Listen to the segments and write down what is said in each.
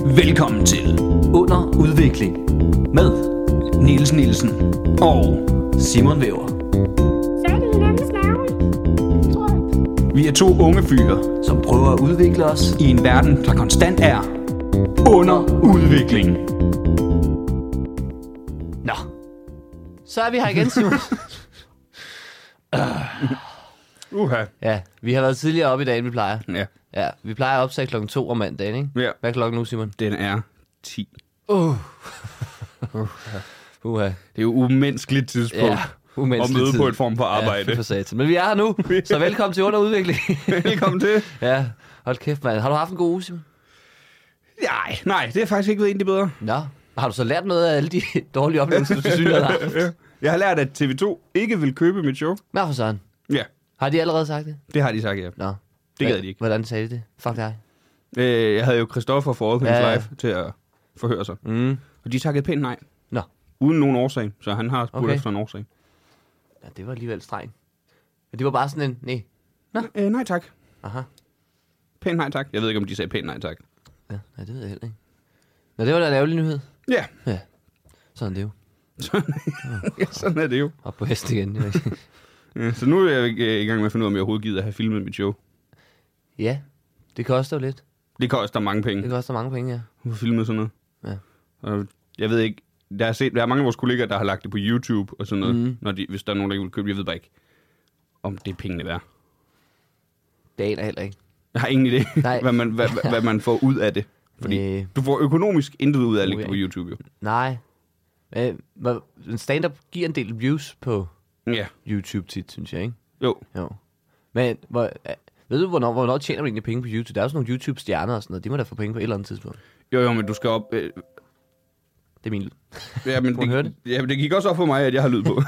Velkommen til Under udvikling med Niels Nielsen og Simon Væver. Så er det hinandens navn, tror jeg. vi er to unge fyre Som prøver at udvikle os. i en verden, der konstant er under udvikling. Nå, så er vi her igen, Simon. Ja, vi har været tidligere op i dag, end vi plejer. Ja, Ja, vi plejer at optage klokken 2 om mandagen, ikke? Ja. Hvad er klokken nu, Simon? den er 10. Uha. Det er jo umenneskeligt tidspunkt Ja, umenneskeligt at møde tid. på et form for arbejde. Ja, for satan. Men vi er her nu, så velkommen til Under udvikling. Velkommen til. Ja, hold kæft, mand. Har du haft en god uge, Simon? Nej, det har faktisk ikke været egentlig bedre. Nå, har du så lært noget af alle de dårlige oplevelser, du til synligheden har haft? Jeg har lært, at TV2 ikke vil købe mit show. Hvad for sådan? Ja, Har de allerede sagt det? det har de sagt, ja. Nå. Det gad de ikke. Hvordan sagde de det? Fuck dig. Jeg havde jo Christoffer for All Things Ja. Live til at forhøre sig. Mm. Og de takkede pænt nej. Nå. Uden nogen årsag, så han har spurgt Okay. efter en årsag. Ja, det var alligevel streng. Men det var bare sådan en... Nej. Nej tak. Aha. Pænt nej tak. Jeg ved ikke, om de sagde pænt nej tak. Ja, det ved jeg heller ikke. Nå, det var da en ærgerlig nyhed. Ja, Ja. Sådan er det jo. ja sådan er det jo. Op på hest igen. Ja, så nu er jeg i gang med at finde ud af, om jeg overhovedet gider at have filmet mit show. Ja, det koster jo lidt. Det koster mange penge Det koster mange penge, ja. at filme sådan noget. Ja. Og jeg ved ikke, der er mange af vores kollegaer, der har lagt det på YouTube og sådan noget, hvis der er nogen, der ikke vil købe. Jeg ved bare ikke, om det er pengene værd. Det aner jeg heller ikke. Jeg har ingen idé, Nej. hvad man får ud af det. Fordi du får økonomisk intet ud af at lægge det på YouTube, jo. Nej. En stand-up giver en del views på Ja, YouTube tit, synes jeg, ikke? jo. Jo. Men ved du, hvornår tjener du egentlig penge på YouTube? Der er jo sådan nogle YouTube-stjerner og sådan noget. De må da få penge på et eller andet tidspunkt. Jo, men du skal op... Det er min lyd. Ja, men Må man høre det? Ja, men det gik også op for mig, at jeg har lyd på.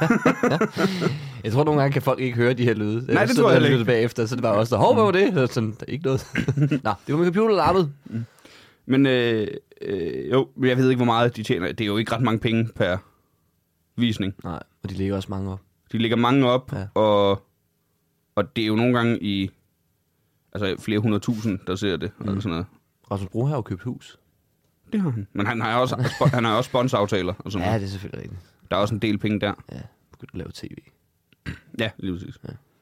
Jeg tror, nogle gange kan folk ikke høre de her lyde. Nej, det tror jeg heller ikke. Bagefter, så det var også der, hvad var det? Sådan, der er ikke noget. Nå, det var min computer, der larmede. Men jo, jeg ved ikke, hvor meget de tjener. Det er jo ikke ret mange penge per visning. Nej, og de ligger også mange op. De lægger mange op, Ja. og det er jo nogle gange i flere 100.000, der ser det. Eller sådan noget. Rasmus Bro har jo købt hus. Det har han. Men han har også sponsoraftaler og sådan Ja, noget. det er selvfølgelig rigtigt. Der er også en del penge der. Ja, begyndt at lave tv. Ja, lige præcis.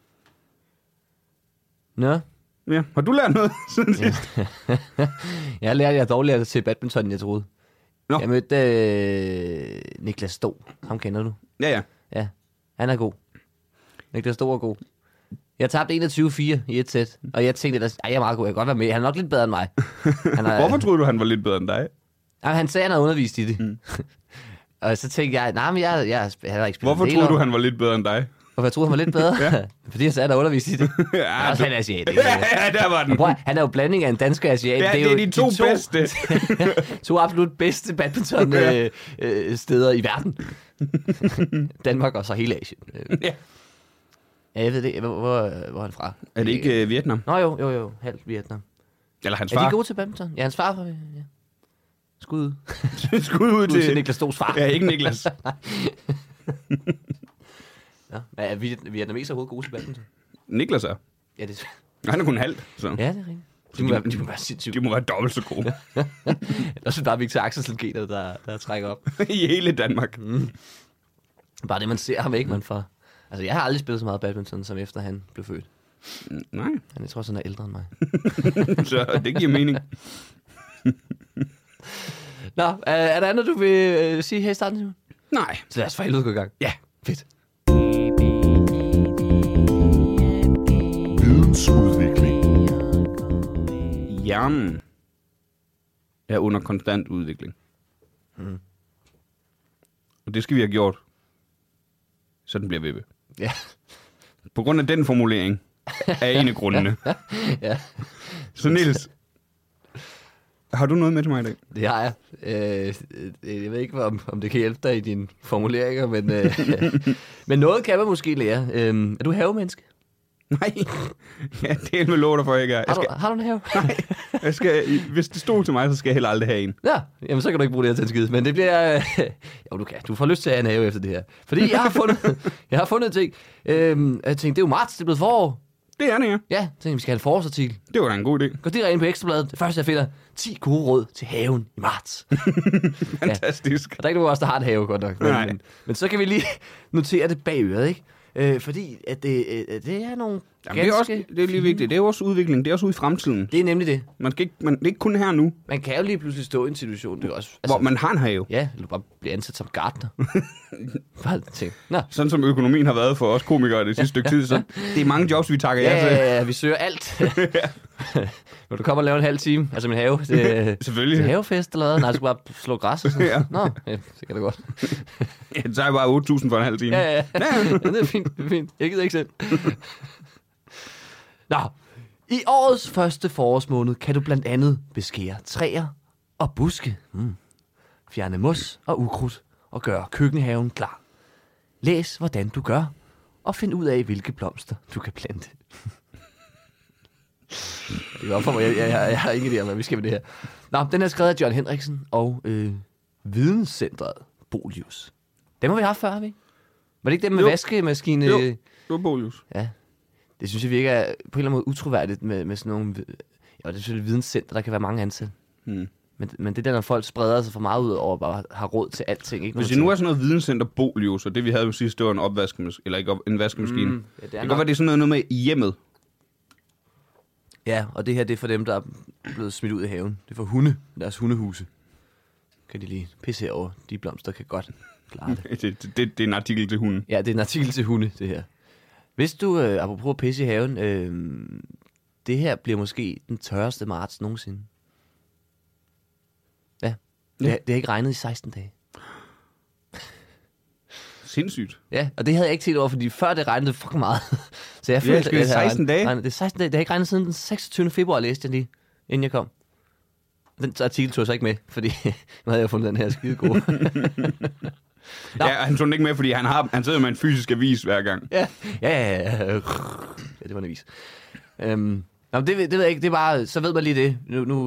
Nå, Ja. Har du lært noget siden sidst? jeg har lært, at jeg er dårligere til badminton, end jeg troede. Nå. Jeg mødte Niklas Sto. Ham kender du. Ja. Ja, han er god. Niklas Sto er god. Jeg tabte 21-4 i et sæt, og jeg tænkte ellers, jeg er meget god, jeg kan godt være med. Han er nok lidt bedre end mig. Hvorfor troede du, han var lidt bedre end dig? Han sagde, at han havde undervist i det. Og så tænkte jeg, nej, men jeg har ikke spillet. Hvorfor troede du, han var lidt bedre end dig? Hvorfor jeg troede, han var lidt bedre? Fordi jeg sagde, at han havde undervist i det. Ja, Også han er asiat. ja, der var den. Prøv, han er jo blanding af en dansk og asiat. Ja, det er de to bedste. to absolut bedste badminton steder i verden. Danmark og så hele Asien. Ja. Ja, jeg ved det. Hvor er han fra? Er det ikke Vietnam? Nå jo. Halvt Vietnam. Eller hans Er de far? gode til badminton? Ja, hans far fra... Ja. Skud ud. Skud ud Til til... Niklas Sto's far. Ja, ikke Niklas. Ja, er vietnameser overhovedet gode til badminton? Niklas er. Ja, det er... Han er kun halvt, så Ja, det er rigtigt. De må være sindssygt. de må være dobbelt så gode Og så bare Victor Axelsen-gener, der trækker op. i hele Danmark. Bare det, man ser ham ikke, man får... Altså, jeg har aldrig spillet så meget badminton, som efter han blev født. Nej, Jeg tror, han er ældre end mig. så det giver mening. Nå, er der andet, du vil sige her i starten, Simon? Nej. Så lad os få helvede gå i gang. Ja. Fedt. Vidensudvikling. Hjernen er under konstant udvikling. Og det skal vi have gjort, så den bliver ved. Ja. På grund af den formulering er en af grundene. Ja. Så Niels, har du noget med til mig i dag? Det har jeg. Jeg ved ikke, om det kan hjælpe dig i dine formuleringer, men noget kan man måske lære. Er du havemenneske? Nej. Ja, det er med lov for, jeg ikke er. Har du en have? Nej. Hvis det stod til mig, så skal jeg heller aldrig have en. Ja, jamen så kan du ikke bruge det her til en skid. Men det bliver... jo, du kan. Du får lyst til at have en have efter det her. Fordi jeg har fundet en ting. Jeg tænkte, det er jo marts, det er blevet forår. Det er det, ja. Ja, så vi skal have en forårsartikel. Det var da en god idé. Gå direkte ind på Ekstrabladet. Det første, jeg finder, 10 gode råd til haven i marts. Fantastisk. Og der er ikke nogen af os, der har en have, godt nok. Men så kan vi lige notere det bag øret, ikke? Fordi at det er nogle Jamen, det er lige vigtigt. Det er også udvikling. Det er også ude i fremtiden. Det er nemlig det. Det er ikke kun her nu. Man kan jo lige pludselig stå i en situation, det er også, Hvor man har en have. Ja, eller du bare bliver ansat som gartner. Bare ting. Nå. Sådan som økonomien har været for os komikere det sidste stykke tid, så det er mange jobs, vi takker jer til. Ja, vi søger alt. Når du kommer og laver en halv time, altså min have, det Selvfølgelig. er havefest eller hvad? Nej, du skal bare slå græs og sådan. Ja. Nå, ja, det kan da godt. Ja, det er bare 8.000 for en halv time. Ja, det er fint, det er fint. Jeg gider ikke selv. Nå, i årets første forårsmåned kan du blandt andet beskære træer og buske, fjerne mos og ukrudt og gøre køkkenhaven klar. Læs, hvordan du gør, og find ud af, hvilke blomster du kan plante. Det er godt for mig. Jeg har ingen idé om, hvad vi skal med det her. Nå, den er skrevet af John Henriksen og Videnscentret Bolius. Dem har vi haft før, har vi? Var det ikke dem med vaskemaskine? Jo, det var Bolius. Ja. Det synes jeg virker på en eller anden måde utroværdigt med sådan nogle... Ja, det er selvfølgelig videnscenter, der kan være mange ansatte. Men det der, når folk spreder sig for meget ud over bare har råd til alting. Ikke? Hvis det nu er sådan noget videnscenter Bolius, og det vi havde jo sidst, det var en opvaskemaskine, eller ikke en vaskemaskine. Ja, det kan godt være, det er sådan noget med i hjemmet. Ja, og det her, det er for dem, der er blevet smidt ud i haven. Det er for hunde, deres hundehuse. Kan de lige pisse herover. De blomster kan godt klare det. Det er en artikel til hunden. Ja, det er en artikel til hunde, det her. Hvis du, apropos at pisse i haven, det her bliver måske den tørreste marts nogensinde. Ja, det har ikke regnet i 16 dage. Sindssygt. Ja, og det havde jeg ikke set over, fordi før det regnede fucking meget. Så jeg følte, det er 16 dage? Det er 16 dage. Det har ikke regnet siden den 26. februar, læste jeg lige, inden jeg kom. Den artikel tog jeg så ikke med, fordi nu havde jeg fundet den her skide gode. Ja, han tog den ikke med, fordi han sidder med en fysisk avis hver gang. Ja, det var en avis. Det ved jeg ikke, det er bare, så ved man lige det.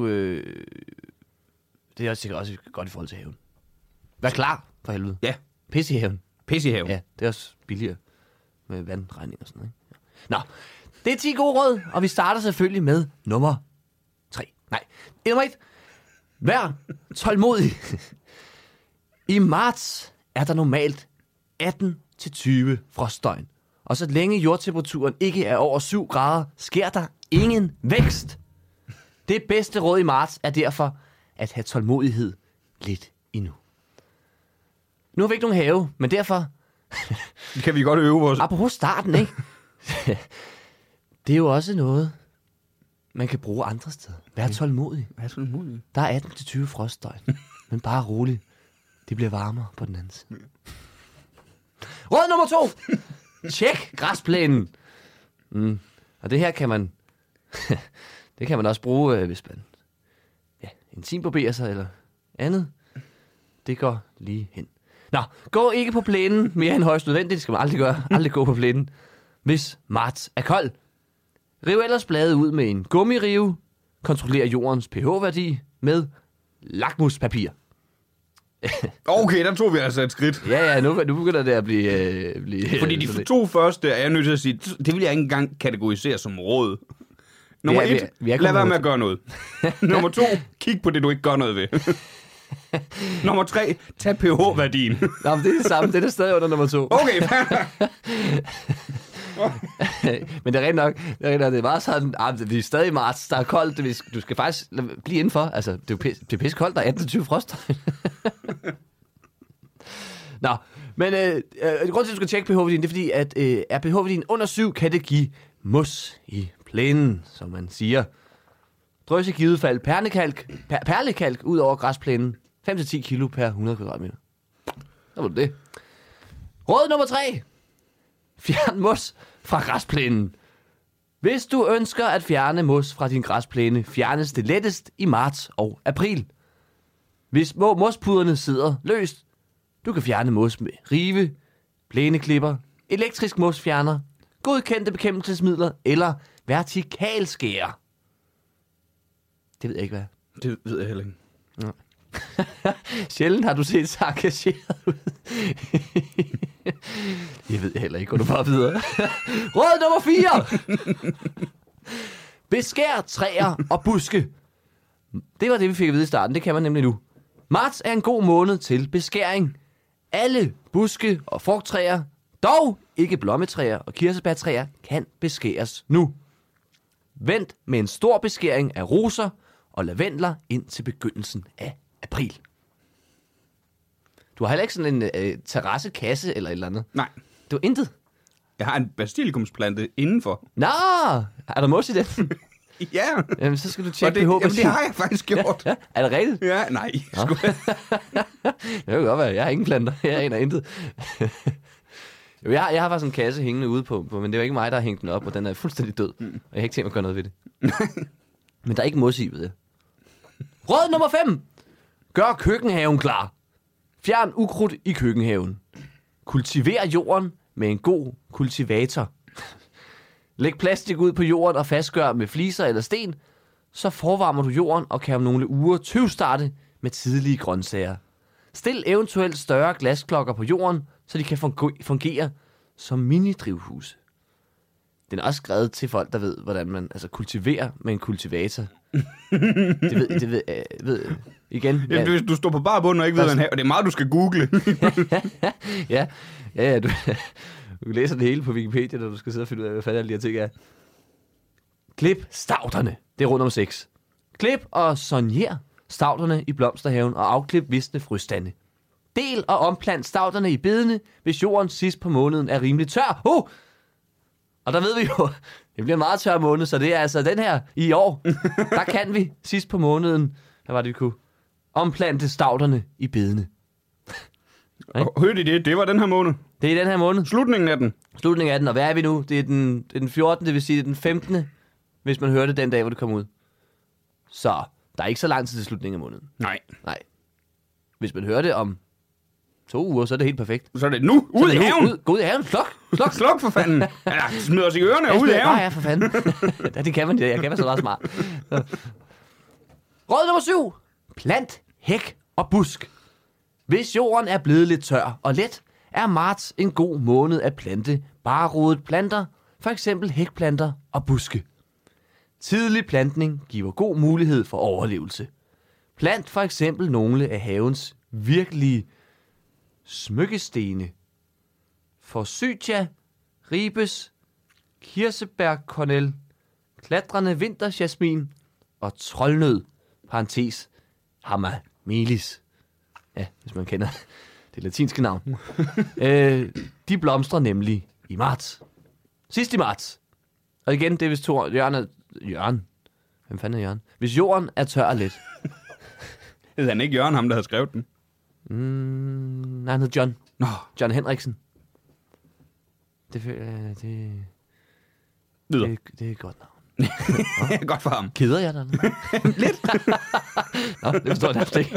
Det er også sikkert også godt i forhold til haven. Vær klar, for helvede. Ja. Pisse i haven. Pisse i haven. Ja, det er også billigere med vandregning og sådan noget. Ikke? Nå, det er 10 gode råd, og vi starter selvfølgelig med nummer 3. Nej, nummer 1. Vær tålmodig. I marts er der normalt 18-20 frostdøgn. Og så længe jordtemperaturen ikke er over 7 grader, sker der ingen vækst. Det bedste råd i marts er derfor at have tålmodighed lidt endnu. Nu har vi ikke nogen have, men derfor... kan vi godt øve vores... Apropos starten, ikke? Det er jo også noget, man kan bruge andre steder. Vær tålmodig. Vær tålmodig. Der er 18-20 frostdøgn, men bare rolig. Det bliver varmere på den anden side. Råd nummer 2. Tjek græsplænen. Og det her kan man... det kan man også bruge, hvis man... Ja, intimbarberer sig eller andet. Det går lige hen. Nå, gå ikke på plænen mere end højst nødvendigt. Det skal man aldrig gøre. Aldrig gå på plænen. Hvis marts er kold. Riv ellers bladet ud med en gummirive. Kontroller jordens pH-værdi med lakmuspapir. Okay, der tog vi altså et skridt. Ja, nu begynder det at blive Fordi de 2 første er jeg nødt til at sige, det vil jeg ikke engang kategorisere som råd. Nummer 1, lad være med at gøre noget. Nummer 2, kig på det, du ikke gør noget ved. Nummer 3, tag pH-værdien. Nå, men det er det samme. Det er stadig under nummer 2. Okay, men det er rent nok. Det er bare sådan, vi er stadig i marts, der er koldt. Du skal faktisk blive indenfor. Altså, det er pisse koldt, der er 18-20 frostdøgn. Nå, men grund til, at du skal tjekke pH-værdien, det er fordi, at er pH-værdien under 7, kan det give mos i plænen, som man siger. Drøs i givet fald perlekalk ud over græsplænen. 5-10 kilo per 100 kvadratmeter. Så var det. Råd nummer 3. Fjern mos fra græsplænen. Hvis du ønsker at fjerne mos fra din græsplæne, fjernes det lettest i marts og april. Hvis mospuderne sidder løst, du kan fjerne mos med rive, plæneklipper, elektrisk mosfjerner, godkendte bekæmpelsesmidler eller vertikalskære. Det ved jeg ikke, hvad. Det ved jeg heller ikke. Ja. Sjældent har du set så engageret ud. Jeg ved heller ikke, hvor du bare videre. Råd nummer 4. Beskær træer og buske. Det var det, vi fik at vide i starten. Det kan man nemlig nu. Marts er en god måned til beskæring. Alle buske og frugttræer, dog ikke blommetræer og kirsebærtræer, kan beskæres nu. Vent med en stor beskæring af roser og lavendler ind til begyndelsen af april. Du har heller ikke sådan en terrassekasse eller et eller andet? Nej. Du har intet? Jeg har en basilikumsplante indenfor. Nå, er der mos i den? Ja. Jamen, så skal du tjekke Jamen, det har jeg faktisk gjort. Ja, er det rigtigt? Ja, nej. Det kan godt være, jeg har ingen planter. Jeg aner intet. Jo, jeg har faktisk en kasse hængende ude på, men det er jo ikke mig, der har hængt den op, og den er fuldstændig død. Og jeg har ikke tænkt mig at gøre noget ved det. Men der er ikke mos i, ved jeg. Råd nummer 5. Gør køkkenhaven klar. Fjern ukrudt i køkkenhaven. Kultiver jorden med en god kultivator. Læg plastik ud på jorden og fastgør med fliser eller sten, så forvarmer du jorden og kan om nogle uger tøvstarte med tidlige grøntsager. Stil eventuelt større glasklokker på jorden, så de kan fungere som mini-drivhuse. Den er også skrevet til folk, der ved, hvordan man kultiverer med en kultivator. Det ved igen. Ja, hvis du står på bar bund og ikke ved, hvad og det er meget, du skal google. ja, du læser det hele på Wikipedia, når du skal sidde og finde ud af, hvad fanden alle de her ting er. Klip stavterne. Det er råd nummer 6. Klip og sonier stavterne i blomsterhaven og afklip visne frøstande. Del og omplant stavterne i bedene, hvis jorden sidst på måneden er rimelig tør. Og der ved vi jo, det bliver en meget tør måned, så det er altså den her i år. Der kan vi sidst på måneden, hvad var det, vi kunne omplante stavterne i bedene. Hørte I det? Det var den her måned. Det er den her måned. Slutningen af den. Slutningen af den, og hvad er vi nu? Det er den 14., det vil sige, det er den 15., hvis man hørte den dag, hvor det kom ud. Så der er ikke så lang tid til slutningen af måneden. Nej. Hvis man hører det om 2 uger, så er det helt perfekt. Så er det nu. Ud i haven. Gå ud i haven. Sluk. Sluk for fanden. Ja, smid os i ørerne og ud i haven. Ja, for fanden. Ja, det kan man. Jeg kan være så meget smart. Råd nummer 7. Plant, hæk og busk. Hvis jorden er blevet lidt tør og let, er marts en god måned at plante barerodet planter, for eksempel hækplanter og buske. Tidlig plantning giver god mulighed for overlevelse. Plant for eksempel nogle af havens virkelige smykkestene. Forsythia, ribes, kirsebærkornel, klatrende vinterjasmin og troldnød, parentes, hamamelis. Ja, hvis man kender det latinske navn. De blomstrer nemlig i marts. Sidst i marts. Og igen, det er hvis Jørgen. Hvem fanden er Jørgen? Hvis jorden er tør og let. Det er han ikke Jørgen, ham der havde skrevet den. Nej, han hedder John. Nå. John Henriksen. Det er et godt navn. Godt for ham. Keder jeg dig? Lidt. Nå, det forstår jeg ikke.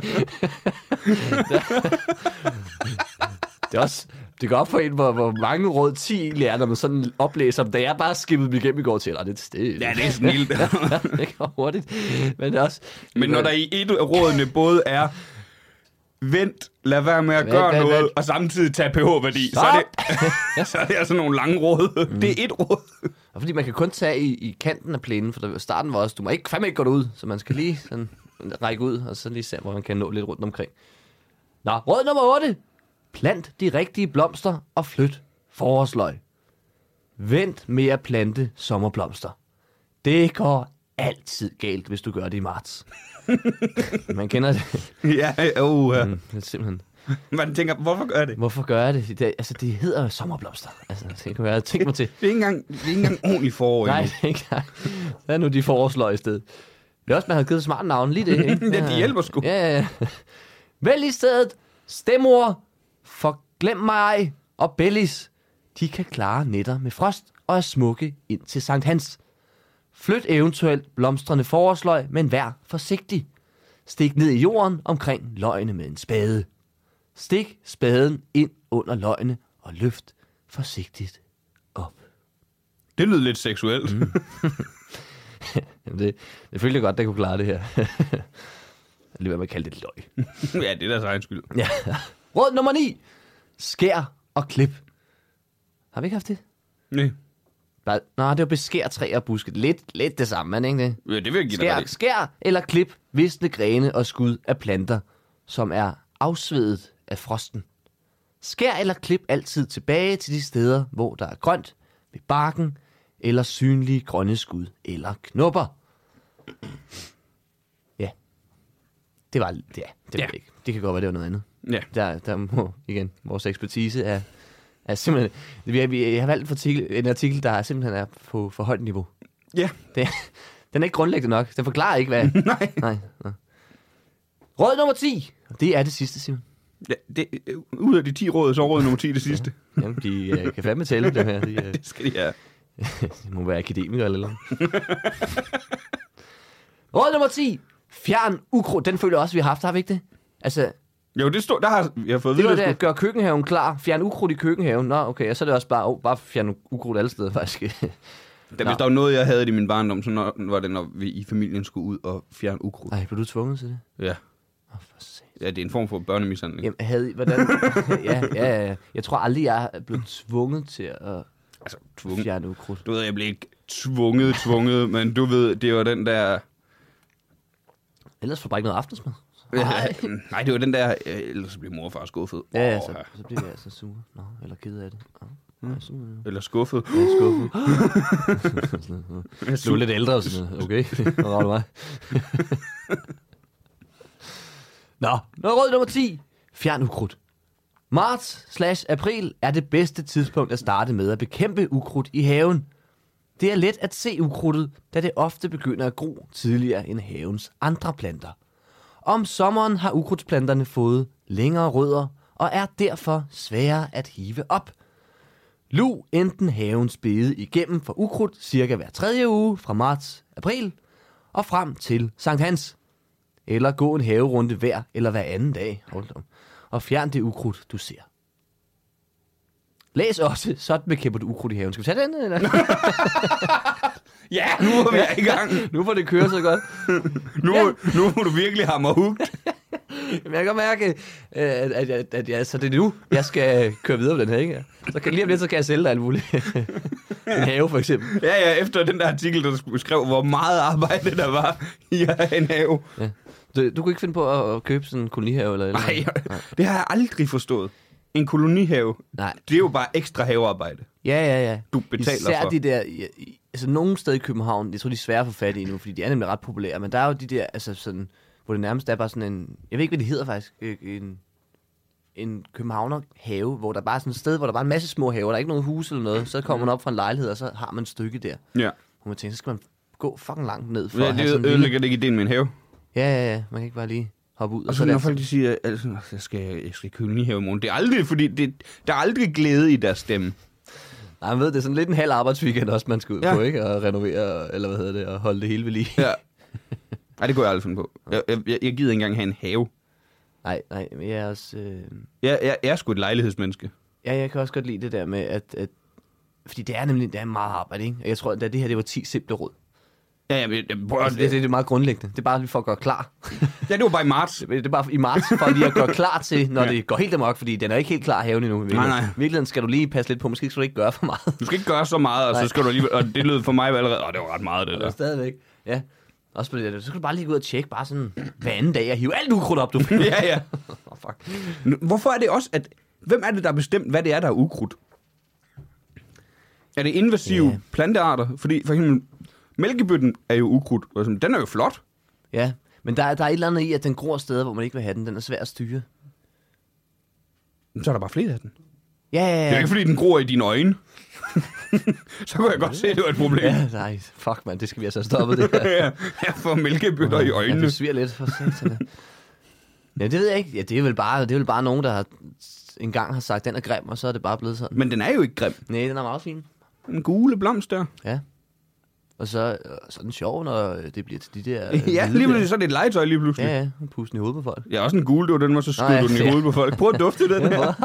Det er også... Det går op for en, hvor mange råd 10 lærer, når man sådan oplæser dem. Da jeg bare skippede dem igennem i går til, ja, det er snilt. Det går hurtigt. Men det er også... Men når der i et af rådene både er vent, lad være med at gøre noget, og samtidig tage pH-værdi, så er det altså nogle lange råd. Det er et råd. Og fordi man kan kun tage i kanten af plænen, for starten var også, du må fandme ikke gå derud, så man skal lige sådan række ud, og så lige se, hvor man kan nå lidt rundt omkring. Nå, råd nummer 8. Plant de rigtige blomster og flyt forårsløg. Vent med at plante sommerblomster. Det går altid galt, hvis du gør det i marts. Man kender det. Ja, det er simpelthen... Man tænker, hvorfor gør jeg det? Hvorfor gør jeg det? Det hedder sommerblomster. Altså, det kan være, tænk mig til. Det er ikke engang ordentligt forår. Nej, det er ikke engang. Hvad er nu de forårsløg i stedet? Det er også, man har givet smart navn lige det. Ikke? Ja, de hjælper sgu. Ja. Vælg i stedet stemor, forglem mig og bellis. De kan klare nætter med frost og er smukke ind til Sankt Hans. Flyt eventuelt blomstrende forårsløg, men vær forsigtig. Stik ned i jorden omkring løgene med en spade. Stik spaden ind under løgene og løft forsigtigt op. Det lyder lidt seksuelt. Jamen det følte jeg godt, der kunne klare det her. Lige hvad man kalder det løg. Ja, det er deres egen skyld. Ja. Råd nummer 9. Skær og klip. Har vi ikke haft det? Nej. Nå, det var beskær træer og buske. Lidt det samme, man, ikke det? Ja, det vil jeg give dig. Skær eller klip visne grene og skud af planter, som er afsvedet af frosten. Skær eller klip altid tilbage til de steder, hvor der er grønt, ved barken, eller synlige grønne skud eller knopper. Ja. Det var... Ja, det ved jeg ikke. Det kan godt være, det var noget andet. Ja. Der må, igen, vores ekspertise er simpelthen... Jeg har valgt en artikel, der simpelthen er på for højt niveau. Ja. Den er ikke grundlæggende nok. Den forklarer ikke, hvad... Nej. Råd nummer 10. Det er det sidste, Simon. Ja, ud af de 10 råd, så råd nummer 10 det sidste. Jamen, de kan fandme tælle dem her. Det skal de have. De må være akademikere eller noget. Råd nummer 10. Fjern ukrudt. Den føler jeg også, vi har haft. Har vi ikke det? Altså... Jo, det står, der har jeg fået det. Det var det at gøre køkkenhaven klar. Fjern ukrudt i køkkenhaven. Nå, okay. Og så er det også bare fjern ukrudt alle steder, faktisk. Hvis der var noget, jeg havde i min barndom, så var det, når vi i familien skulle ud og fjerne ukrudt. Nej, blev du tvunget til det? Ja. Ja, det er en form for børnemishandling. Jamen, hvordan... ja. Jeg tror aldrig, jeg er blevet tvunget til at fjerne ukrudt. Du ved, jeg blev ikke tvunget, men du ved, det var den der... Ellers får bare ikke noget aftensmad. Nej, det var den der... Ellers bliver mor og far skuffet. Ja, så bliver jeg altså sure. Nå, eller ked af det. Eller skuffet. Ja, skuffet. Du er lidt ældre og sådan noget. Okay, hvor var det mig? Nå, råd nummer 10. Fjern ukrudt. Marts/april er det bedste tidspunkt at starte med at bekæmpe ukrudt i haven. Det er let at se ukrudtet, da det ofte begynder at gro tidligere end havens andre planter. Om sommeren har ukrudtsplanterne fået længere rødder og er derfor sværere at hive op. Lug enten havens bede igennem for ukrudt cirka hver 3. uge fra marts/april og frem til Sankt Hans. Eller gå en haverunde hver eller hver anden dag. Og fjern det ukrudt, du ser. Læs også, sådan bekæmper du ukrudt i haven. Skal vi tage den? Eller? Ja, nu er vi i gang. Nu får det køre så godt. Nu må du virkelig have mig hugt. Jeg kan godt mærke, at så det er nu, jeg skal køre videre på den her, ikke? Så lige om lidt, så kan jeg sælge dig alt muligt. En have, for eksempel. Ja, efter den der artikel, der skrev, hvor meget arbejde der var i at have en have. Ja. Du kunne ikke finde på at købe sådan en kolonihave? Eller Nej, det har jeg aldrig forstået. En kolonihave, nej. Det er jo bare ekstra havearbejde. Ja. Du betaler især for. De der, altså nogle steder i København, jeg tror, de er svære at få fat i nu, fordi de er nemlig ret populære, men der er jo de der, altså sådan, hvor det nærmest er bare sådan en, jeg ved ikke, hvad det hedder faktisk, en københavner have, hvor der bare er sådan et sted, hvor der bare er en masse små haver, der er ikke noget hus eller noget, så kommer man op fra en lejlighed, og så har man et stykke der. Ja. Hvor man tænker, så skal man gå fucking langt ned for at have sådan en ødelægger det ikke ideen med en have. Ja, man kan ikke bare lige hoppe ud. Og så når folk de siger, altså, jeg skal købe en have i morgen, det er aldrig, fordi der er aldrig glæde i deres stemme. Nej, man ved, det er sådan lidt en halv arbejdsweekend også, man skal ud på, ikke? Og renovere, eller hvad hedder det, og holde det hele ved lige. Ja. Nej, det kunne jeg aldrig finde på. Jeg gider ikke engang have en have. Nej, men jeg er også... Jeg er sgu et lejlighedsmenneske. Ja, jeg kan også godt lide det der med, at fordi det er meget arbejde, ikke? Og jeg tror, at det her, det var 10 simple råd. Ja, men det er meget grundlæggende. Det er bare lige for at gøre klar. Ja, det var bare i marts. Det er bare i marts, for lige at gøre klar til, når det går helt amok, fordi den er ikke helt klar haven endnu. Nej. I virkeligheden skal du lige passe lidt på. Måske skal du ikke gøre for meget. Du skal ikke gøre så meget, og så skal du alligevel... Og det lød for mig allerede... det var ret meget, det der. Stadigvæk. Ja. Også på det der. Så skal du bare lige gå ud og tjekke bare sådan hver anden dag og hive alt ukrudt op, du finder. Ja. Fuck. Hvorfor er det også, at... Hvem er det, der har bestemt, hvad det er, der er ukrudt? Er det invasive plantearter? Fordi for eksempel... Mælkebøtten er jo ukrudt. Den er jo flot. Ja, men der er et eller andet i, at den gror steder, hvor man ikke vil have den. Den er svær at styre. Så er der bare flere af den. Ja. Det er ikke, fordi den gror i dine øjne. Så kunne jeg godt se, at det var et problem. Ja, nej. Fuck, man. Det skal vi altså stoppe, det her. Jeg får mælkebøtter i øjnene. Ja, det sviger lidt for satan. Ja, det ved jeg ikke. Ja, det er vel bare nogen, der engang har sagt, den er grim, og så er det bare blevet sådan. Men den er jo ikke grim. Nej, den er meget fin. En gule blomst der. Ja. Og så er den sjov, når det bliver til de der... Ja, lige pludselig så er det et legetøj lige pludselig. Ja, pusten i hovedet på folk. Ja, også en gule, det var den, hvor så skyder du den i hovedet på folk. Prøv at dufte den her.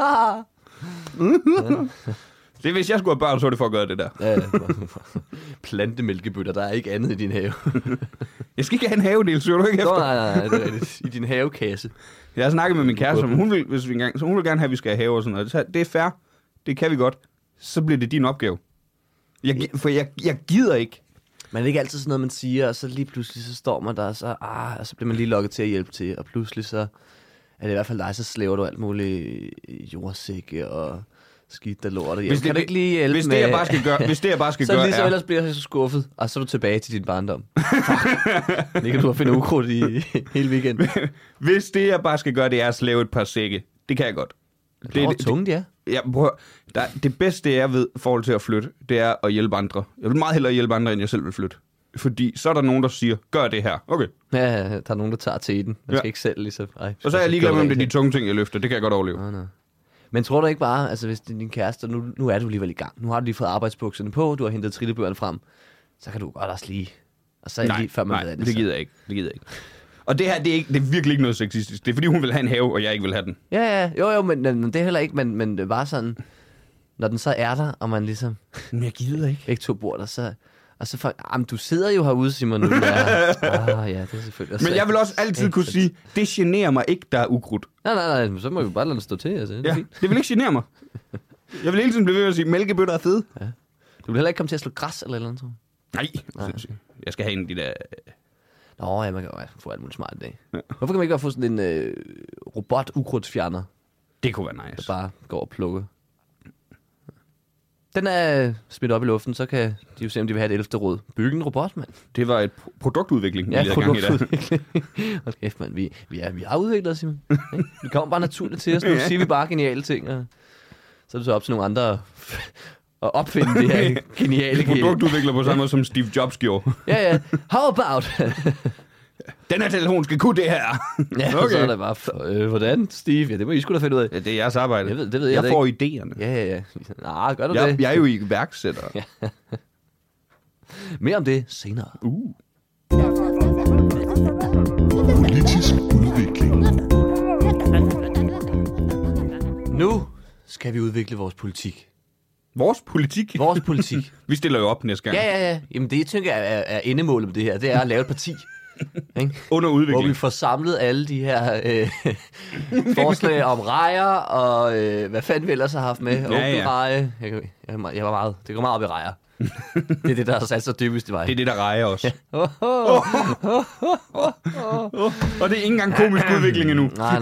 Det hvis jeg skulle have børn, så var det for at gøre det der. Ja. Plantemælkebøtter, der er ikke andet i din have. Jeg skal ikke have en havedel, så du ikke efter. Nej, det er rigtigt. I din havekasse. Jeg har snakket med min kæreste, om hun vil gerne have, at vi skal have have og sådan noget. Det er fair. Det kan vi godt. så bliver det din opgave. For jeg gider ikke. Men det er ikke altid sådan noget, man siger, og så lige pludselig så står man der, og så bliver man lige lukket til at hjælpe til, og pludselig så er det i hvert fald dig, så slæver du alt muligt jordsække og skidt der lort. Kan du ikke lige hjælpe hvis det, jeg bare skal gøre, så gøre, ligesom ellers bliver jeg så skuffet, og så er du tilbage til din barndom. Det kan du finde ukrudt i hele weekenden. Hvis det, jeg bare skal gøre, det er at slæve et par sække. Det kan jeg godt. Det er tungt, ja. Det bedste, jeg ved i forhold til at flytte, det er at hjælpe andre. Jeg vil meget hellere hjælpe andre, end jeg selv vil flytte. Fordi så er der nogen, der siger, gør det her. Okay. Ja, der er nogen, der tager til den. Man skal ikke selv ligesom... Og så er jeg ligeglad med, om det er de tunge ting, jeg løfter. Det kan jeg godt overleve. Nej. Men tror du ikke bare, altså hvis det er din kæreste, nu er du alligevel i gang. Nu har du lige fået arbejdsbukserne på, du har hentet trillebørene frem. Så kan du godt også lige... Og så lige før man ved det gider jeg ikke. Og det her, det er virkelig ikke noget sexistisk. Det er fordi, hun vil have en have, og jeg ikke vil have den. Ja. Jo, men det er heller ikke, men det var sådan... Når den så er der, og man ligesom... Men jeg gider ikke. Ikke to bord, og så for, du sidder jo herude, Simon, nu. Ja, det er selvfølgelig også. Men jeg vil også altid kunne sige, det generer mig ikke, der er ukrudt. Nej, så må vi bare lade det stå til. Altså. Det vil ikke genere mig. Jeg vil hele tiden blive ved at sige, mælkebøtter er fede. Ja. Du vil heller ikke komme til at slå græs eller andet, tror jeg. Nej. Jeg skal have en af de der... Nå, ja, man kan jo få alt muligt smart i dag. Ja. Hvorfor kan man ikke bare få sådan en robot-ukrudtsfjerner? Det kunne være nice. Der bare går og plukke. Den er smidt op i luften, så kan de jo se, om de vil have et 11. råd. Bygge en robot, mand. Det var et produktudvikling, ja, produktudvikling. Hold kæft, mand. Vi har udviklet os, Simon. Vi kommer bare naturligt til os. Nu siger vi bare geniale ting, og så er det så op til nogle andre at opfinde det her geniale... Produktudvikler på samme måde, som Steve Jobs gjorde. Ja. How about... Den her telefon skal kunne det her. Ja, okay. Så er det bare, hvordan, Steve? Ja, det må I sgu da finde ud af. Ja, det er jeres arbejde. Det ved jeg får idéerne. Ja. Nå, gør du det? Jeg er jo iværksætter. Ja. Mere om det senere. Politisk udvikling. Nu skal vi udvikle vores politik. Vores politik? Vores politik. Vi stiller jo op næste gang. Ja. Jamen det, tænker jeg, er endemålet med det her. Det er at lave et parti. Under udvikling. Hvor vi får samlet alle de her forslag om rejer, og hvad fanden vi ellers har haft med. Reje. Jeg var meget, det går meget op i rejer. Det er det, der har sat så dybest i mig. Det er det, der rejer os. Og det er ikke engang komisk udvikling endnu. Nej.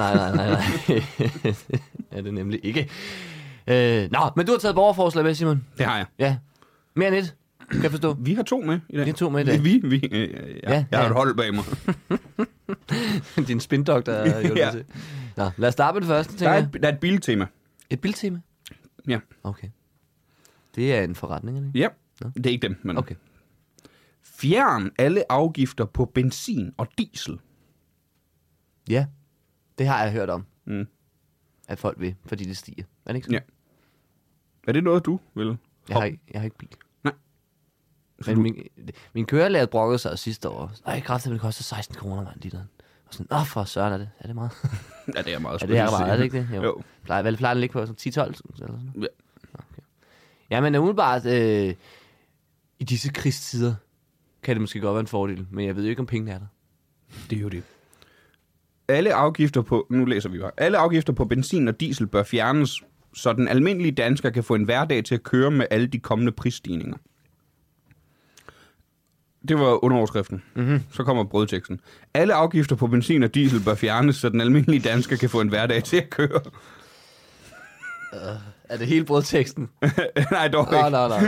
Ja, det er nemlig ikke. Nå, men du har taget borgerforslag med, Simon. Det har jeg. Ja. Mere end et. Kan jeg forstå? Vi har 2 med i dag. Vi har 2 med i dag. Jeg har et hold bag mig. Din spindoktor er hjulpet til. Nå, lad os starte med det første, der er et biltema. Et biltema? Ja. Okay. Det er en forretning, ikke? Ja, det er ikke dem. Men... Okay. Fjern alle afgifter på benzin og diesel. Ja, det har jeg hørt om. At folk vil, fordi det stiger. Er det ikke sådan? Ja. Er det noget, du vil? Jeg har ikke bil. Nej. Men min kørelærer brokkede sig sidste år. Ej, kraftigt, det koster 16 kroner, mand, literen. Og sådan, for søren er det. Er det meget? Ja, det er meget. Ja, det er meget, er det ikke det? Jo. Plejer den at ligge på 10-12 eller sådan? Ja. Okay. Ja, men umiddelbart, i disse krigstider, kan det måske godt være en fordel, men jeg ved jo ikke, om pengene er der. Det er jo det. Alle afgifter på benzin og diesel bør fjernes, så den almindelige dansker kan få en hverdag til at køre med alle de kommende prisstigninger. Det var underoverskriften. Så kommer brødteksten. Alle afgifter på benzin og diesel bør fjernes, så den almindelige dansker kan få en hverdag til at køre. Er det hele brødteksten? Nej, dog ikke. Nej.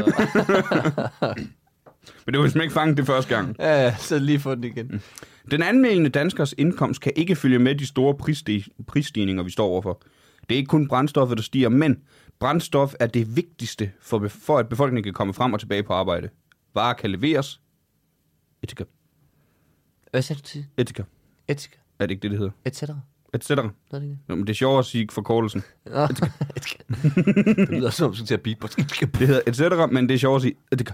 Men det var simpelthen ikke fanget det første gang. Ja, så lige få den igen. Den almindelige danskers indkomst kan ikke følge med de store prisstigninger, vi står overfor. Det er ikke kun brændstoffet, der stiger, men brændstof er det vigtigste for at befolkningen kan komme frem og tilbage på arbejde. Varer kan leveres. Etika. Hvad sagde du til? Etika. Etika. Er det ikke det, det hedder? Et cetera. Et cetera. Nå, men det er sjovere at sige forkortelsen. Etika. Det lyder som, du til at beatbox. Det hedder et cetera, men det er sjovere at sige etika.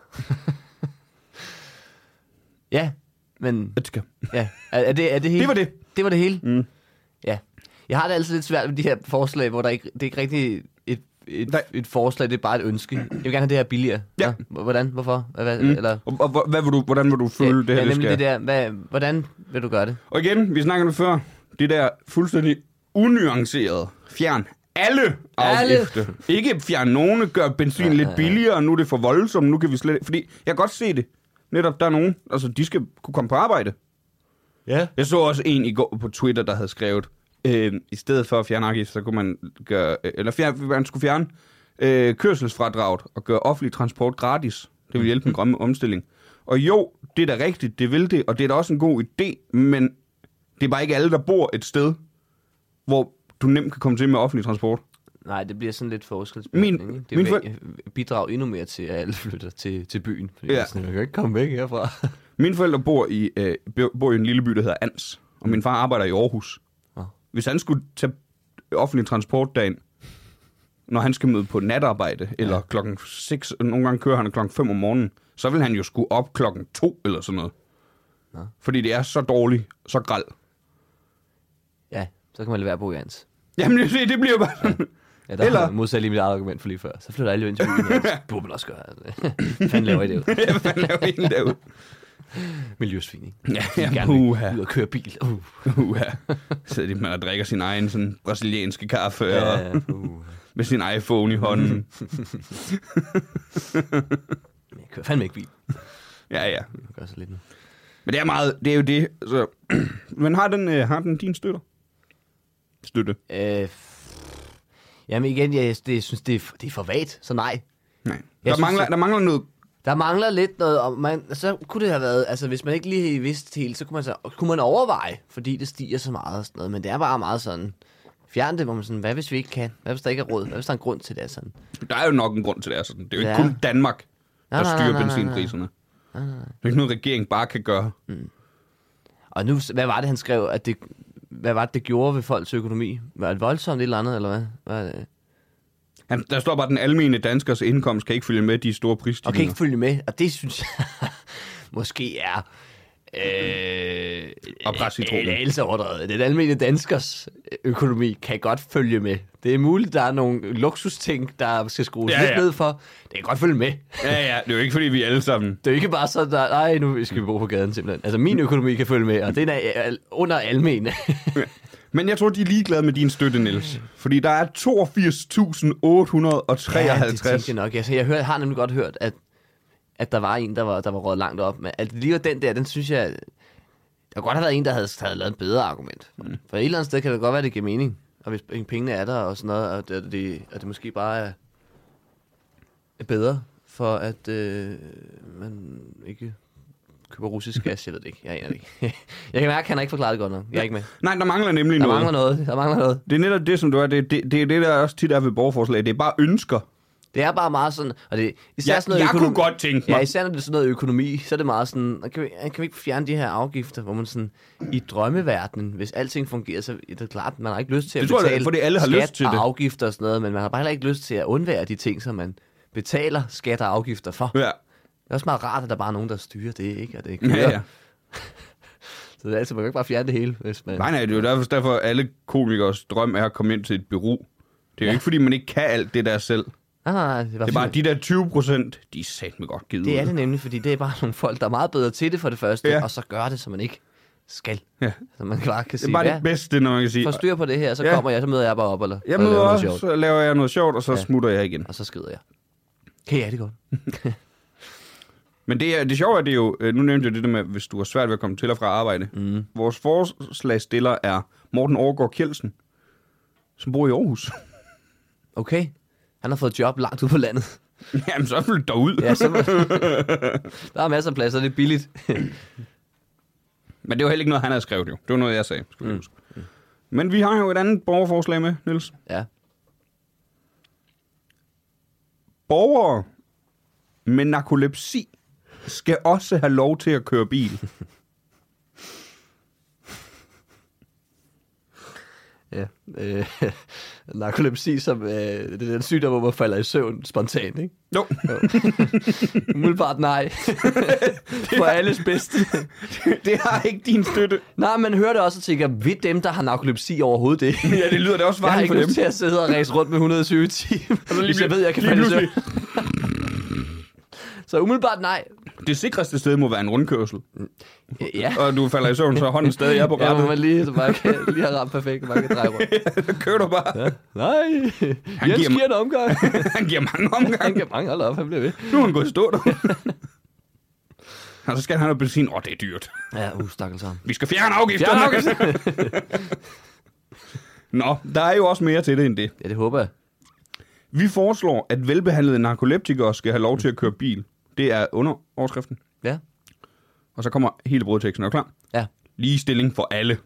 Ja, men... Etika. Ja, er det hele? Det var det. Det var det hele? Ja. Jeg har det altid lidt svært med de her forslag, hvor det er ikke rigtig et forslag, det er bare et ønske. Jeg vil gerne have det her billigere. Ja. Hvordan? Hvorfor? Eller? Og hvordan vil du føle det her? Ja, nemlig det der. Hvordan vil du gøre det? Og igen, vi snakker nu før, det der fuldstændig unuancerede, fjern alle afgifter. Ikke fjerne nogle, gør benzin lidt billigere, og nu er det for voldsomt, nu kan vi slet... Fordi jeg kan godt se det. Netop, der er nogen, altså de skal kunne komme på arbejde. Ja. Jeg så også en i går på Twitter, der havde skrevet, i stedet for at fjerne afgift, så kunne man gøre... man skulle fjerne kørselsfradraget og gøre offentlig transport gratis. Det vil hjælpe den grønne omstilling. Og jo, det er da rigtigt, det vil det, og det er da også en god idé, men det er bare ikke alle, der bor et sted, hvor du nemt kan komme til med offentlig transport. Nej, det bliver sådan lidt forskelsbehandling. Det vil bidrage endnu mere til, at alle flytter til byen. Fordi sådan, jeg kan ikke komme væk herfra. Mine forældre bor i en lille by, der hedder Ans, og min far arbejder i Aarhus. Hvis han skulle tage offentlig transportdagen, når han skal møde på natarbejde, eller klokken 6, nogle gange kører han klokken 5 om morgenen, så vil han jo skulle op klokken 2 eller sådan noget. Ja. Fordi det er så dårligt, så græld. Ja, så kan man lade være på i Ans. Jamen, det bliver jo bare sådan. Ja, der eller... modsat lige mit eget argument for lige før. Så flytter alle jo ind til byen, og det burde man også gøre. Hvad fanden laver I det ud? Ja, hvad fanden laver I det derude? Miljøsvin, ja, gerne ud og køre bil. Sidder de med og drikker sin egen sådan, brasilianske kaffe og med sin iPhone i hånden. Jeg kører fandme ikke bil. Ja. Jeg gør så lidt nu. Men det er jo det. Så. Men har den din støtte? Jamen igen, jeg synes, det er for vagt, så nej. Der mangler noget. Der mangler lidt noget, og så kunne det have været, altså hvis man ikke lige vidste helt, så kunne man overveje, fordi det stiger så meget og sådan noget, men det er bare meget sådan, fjern det, hvor man sådan, hvad hvis vi ikke kan? Hvad hvis der ikke er råd? Hvad hvis der er en grund til det sådan? Der er jo nok en grund til det sådan. Det er jo ikke kun Danmark, der styrer benzinpriserne. Det er ikke noget, regeringen bare kan gøre. Og nu, hvad var det, han skrev, hvad var det gjorde ved folks økonomi? Var det voldsomt eller andet, eller hvad? Der står bare, at den almene danskers indkomst kan ikke følge med de store prisstigninger. Og kan ikke følge med, og det synes jeg måske er altså overdrevet. Den almene danskers økonomi kan godt følge med. Det er muligt, der er nogle luksusting, der skal skrues lidt ned for. Det kan godt følge med. Ja, det er jo ikke, fordi vi alle sammen... Det er jo ikke bare sådan, nej, nu skal vi bo på gaden simpelthen. Altså, min økonomi kan følge med, og det er under almene. Men jeg tror, de er ligeglade med din støtte, Niels. Fordi der er 82.853. Ja, det tænkte jeg nok. Altså, jeg har nemlig godt hørt, at der var en, der var røget langt op. Men altså, lige den der, den synes jeg... Der kunne godt have været en, der havde lavet et bedre argument. For et eller andet sted kan det godt være, det giver mening. Og hvis pengene er der og sådan noget, og det måske bare er bedre, for at man ikke køber russisk gas. Jeg ved det ikke. Jeg aner det ikke. Jeg kan mærke, at han har ikke forklaret det godt nok. Jeg er ikke med. Nej, der mangler nemlig noget. Der mangler noget. Det er netop det, som du er. Det er det, der også tit er ved borgerforslag. Det er bare ønsker. Det er bare meget sådan, og det især sådan noget jeg kunne godt tænke mig. Ja, især når det er sådan noget økonomi, så er det meget sådan, kan vi ikke fjerne de her afgifter, hvor man sådan, i drømmeverdenen, hvis alting fungerer, så er det klart, man har ikke lyst til at betale fordi alle har skat lyst til og det. Afgifter og sådan noget, men man har bare heller ikke lyst til at undvære de ting, som man betaler skat og afgifter for. Ja. Det er også meget rart, at der bare er nogen, der styrer det, ikke? Og det kører. Ja. Så det er altid, man kan ikke bare fjerne det hele, hvis man... Nej, det er jo derfor alle komikers drøm er at komme ind til et bureau. Det er jo ikke, fordi man ikke kan alt det der selv. Nej, det er bare de der 20%, de er satme godt givet. Det er det nemlig, fordi det er bare nogle folk, der er meget bedre til det for det første, og så gør det, som man ikke skal. Ja. Så man bare kan sige, det er bare det bedste, når man kan sige. For styr på det her, så kommer jeg, så møder jeg bare op. Eller, jeg møder også, så laver jeg noget sjovt, og så smutter jeg igen. Og så skrider jeg. Okay, ja, det er godt. Men det sjove er det jo, nu nævnte jeg det der med, hvis du har svært ved at komme til og fra arbejde. Vores forslagsstiller er Morten Overgaard Kjeldsen, som bor i Aarhus. Okay. Han har fået job langt ude på landet. Jamen, så flyt derud. Ja, så der er masser af pladser, det er billigt. Men det var heller ikke noget, han havde skrevet, jo. Det var noget, jeg sagde. Men vi har jo et andet borgerforslag med, Niels. Ja. Borgere med narkolepsi skal også have lov til at køre bil. Ja, narkolepsi som det er den sygdom, hvor man falder i søvn spontant, ikke? Jo. Umiddelbart nej. For alles bedste. Det har ikke din støtte. Nej, man hører det også og tænker, ved dem, der har narkolepsi overhovedet det? Ja, det lyder da også farligt for dem. Jeg har ikke lyst til at sidde og ræse rundt med 120 timer, hvis jeg ved, jeg kan falde i søvn. Så umiddelbart nej. Det sikreste sted må være en rundkørsel. Ja. Og du falder i søvn, så hånden stadig er på Ja, rattet. hvor man lige har ramt perfekt, og man kan dreje rundt. Så kører du bare. Ja. Nej, Jens giver en omgang. Han giver mange omgange. Han giver mange, hold op, han bliver ved. Nu er han gået i stå, der. Og så skal han have noget benzin. Det er dyrt. Ja, stakkels ham. Vi skal fjerne afgifterne. Nå, der er jo også mere til det end det. Ja, det håber jeg. Vi foreslår, at velbehandlede narkoleptikere skal have lov til at køre bil. Det er under overskriften. Ja. Og så kommer hele brødteksten. Er du klar? Ja. Ligestilling for alle.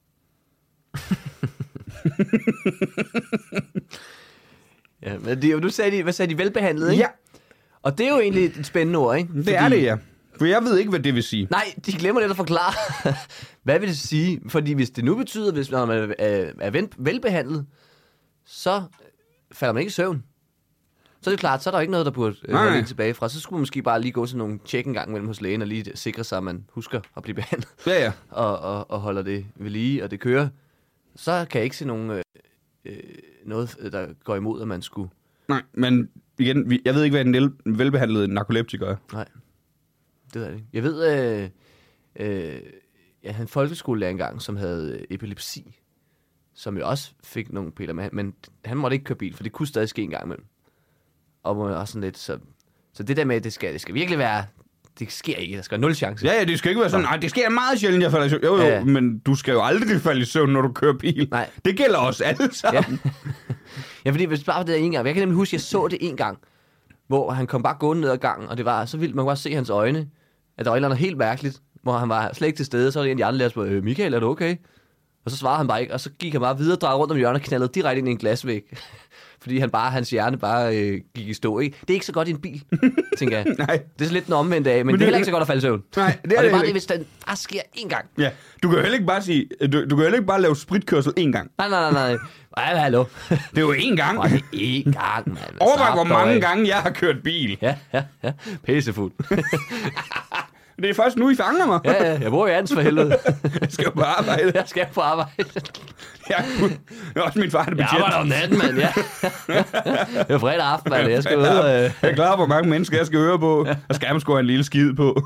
Ja, men hvad sagde de velbehandlet, ikke? Ja, Og det er jo egentlig et spændende ord, ikke? det er det, ja. For jeg ved ikke, hvad det vil sige. Nej, de glemmer lidt at forklare. Hvad vil det sige? Fordi hvis det nu betyder, hvis man er velbehandlet, så falder man ikke i søvn. Så er det klart, så er der ikke noget, der burde holde en tilbage fra. Så skulle man måske bare lige gå til nogle tjek en gang mellem hos lægen, og lige sikre sig, at man husker at blive behandlet. Ja, ja. Og holder det ved lige, og det kører. Så kan jeg ikke se nogen, noget, der går imod, at man skulle... Nej, men igen, jeg ved ikke, hvad en velbehandlet narkoleptiker er. Nej, det ved jeg ikke. Jeg ved, jeg havde en folkeskolelærer engang, som havde epilepsi, som jo også fik nogle piller med, men han måtte ikke køre bil, for det kunne stadig ske en gang imellem. Og man også sådan lidt, så det der med, det skal virkelig være, det sker ikke, der skal være 0 chance. Ja, det skal ikke være sådan, nej, det sker meget sjældent, jeg falder i søvn. Jo, Ja. men du skal jo aldrig falde i søvn, når du kører bil. Nej. Det gælder os alle sammen. Ja. Ja, fordi hvis bare det en gang, jeg kan nemlig huske, at jeg så det en gang, hvor han kom bare gående ned ad gangen, og det var så vildt, man kunne bare se hans øjne, at der var et eller andet helt mærkeligt, hvor han var slet ikke til stede, så var det en af de andre lærere, der spurgte, Michael, er du okay? Og så svarede han bare ikke, og så gik han bare videre, drejede rundt om hjørnet og knaldede direkte ind i en glasvæg. Fordi hans hjerne bare gik i stå, ikke? Det er ikke så godt i en bil, tænker jeg. Nej. Det er så lidt den omvendte af, men det er heller ikke så godt at falde i søvn. Nej, det er og det er bare det det, hvis der bare sker én gang. Ja, du kan jo heller ikke bare sige, du kan jo heller ikke bare lave spritkørsel én gang. Nej. Ej, hallo. Det er jo én gang. Og det er én gang, mand. Overvej, hvor mange gange jeg har kørt bil. Ja. Pissefuld. Det er først nu, I fanger mig. Ja, jeg bor i Ans for helvede. Jeg skal jo på arbejde. Jeg skal på arbejde. Ja, det er også min far, der Jeg arbejder om natten, mand, ja. Det er fredag aften, mand. Jeg skal ud og... Jeg er klar, hvor mange mennesker jeg skal høre på. Og skal man sgu have en lille skid på.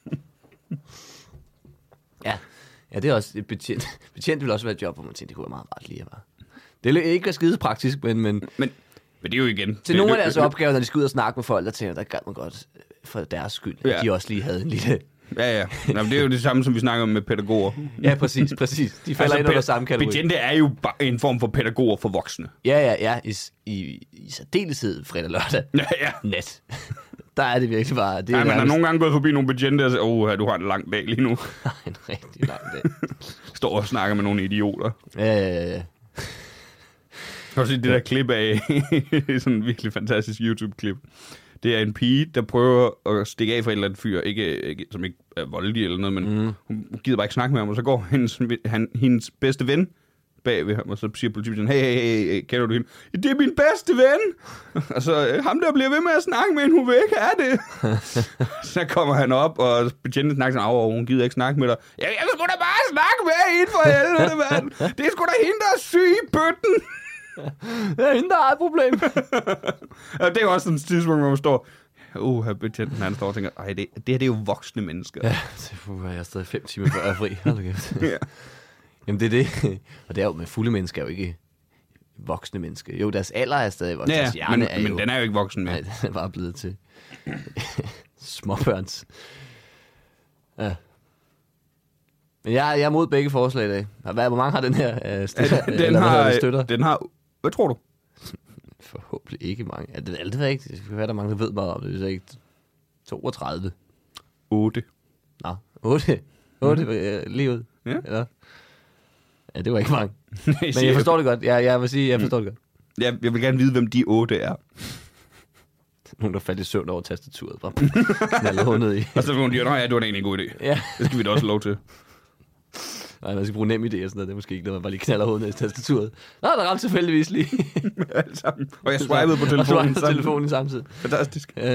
Ja, det er også... Betjent vil også være et job, hvor man tænker, det kunne være meget rart lige at være. Det er ikke være skide praktisk, men Men det er jo igen... til nogle af deres opgaver, når de skal ud og snakke med folk, der tænker, der gad man godt for deres skyld, at de også lige havde en lille... Ja. Nå, det er jo det samme, som vi snakker om med pædagoger. Ja, præcis. De falder ind under samme kategori. Betjente er jo bare en form for pædagoger for voksne. Ja. I særdeleshed fredag lørdag. Ja. Net. Der er det virkelig bare... Det er Man har nogle gange gået forbi nogle betjente og siger, du har en lang dag lige nu. en rigtig lang dag. Står og snakker med nogle idioter. Ja. Kan du se det der klip af, sådan en virkelig fantastisk YouTube-klip. Det er en pige, der prøver at stikke af for et eller andet fyr, ikke som ikke er voldelig eller noget, men hun gider bare ikke snakke med ham, og så går hendes bedste ven bag ved ham, og så siger politibetjenten, hey, kender du hende? Det er min bedste ven! Og så, ham der bliver ved med at snakke med hende, hun vil ikke have det. Så kommer han op, og betjenten snakker sådan, hun gider ikke snakke med dig. Jeg vil sgu da bare snakke med hende for helvede, mand! Det er sgu da hende, der er syg i bøtten! Det er hende, der har et problem. Og det er jo også sådan et tidspunkt, hvor man står, betjenten, han står og tænker, det her det er jo voksne mennesker. Ja, jeg er stadig 5 timer før jeg er fri. Hold da kæft. Ja. Jamen det er det. Og det er jo, med fulde mennesker er jo ikke voksne mennesker. Jo, deres alder er stadig voksen. Deres hjerne men, er jo... men den er jo ikke voksen med. Nej, den er bare blevet til småbørns. Ja. Men jeg er mod begge forslag i dag. Hvor mange har den her støtter? Den har... Hvad tror du? Forhåbentlig ikke mange. Ja, det ved jeg ikke. Det kan være, der er mange, der ved meget om det. Det er ikke 32. 8. Nå, 8. 8 lige ud. Ja. Eller? Ja, det var ikke mange. Men jeg forstår det godt. Jeg vil sige, jeg forstår det godt. Jeg vil gerne vide, hvem de 8 er. Nogen, der faldt i søvn over tastaturet. Bare knaldet hundet i. Og så vil nogen sige, det var da egentlig en god idé. Ja. Det skal vi da også lov til. Nej, man skal bruge nem idé og sådan noget. Det er måske ikke, når man bare lige knaller hovedet i tastaturet. Nå, der ramte tilfældigvis lige. Alt sammen. Og jeg swipede på telefonen samtidig. Fantastisk. Så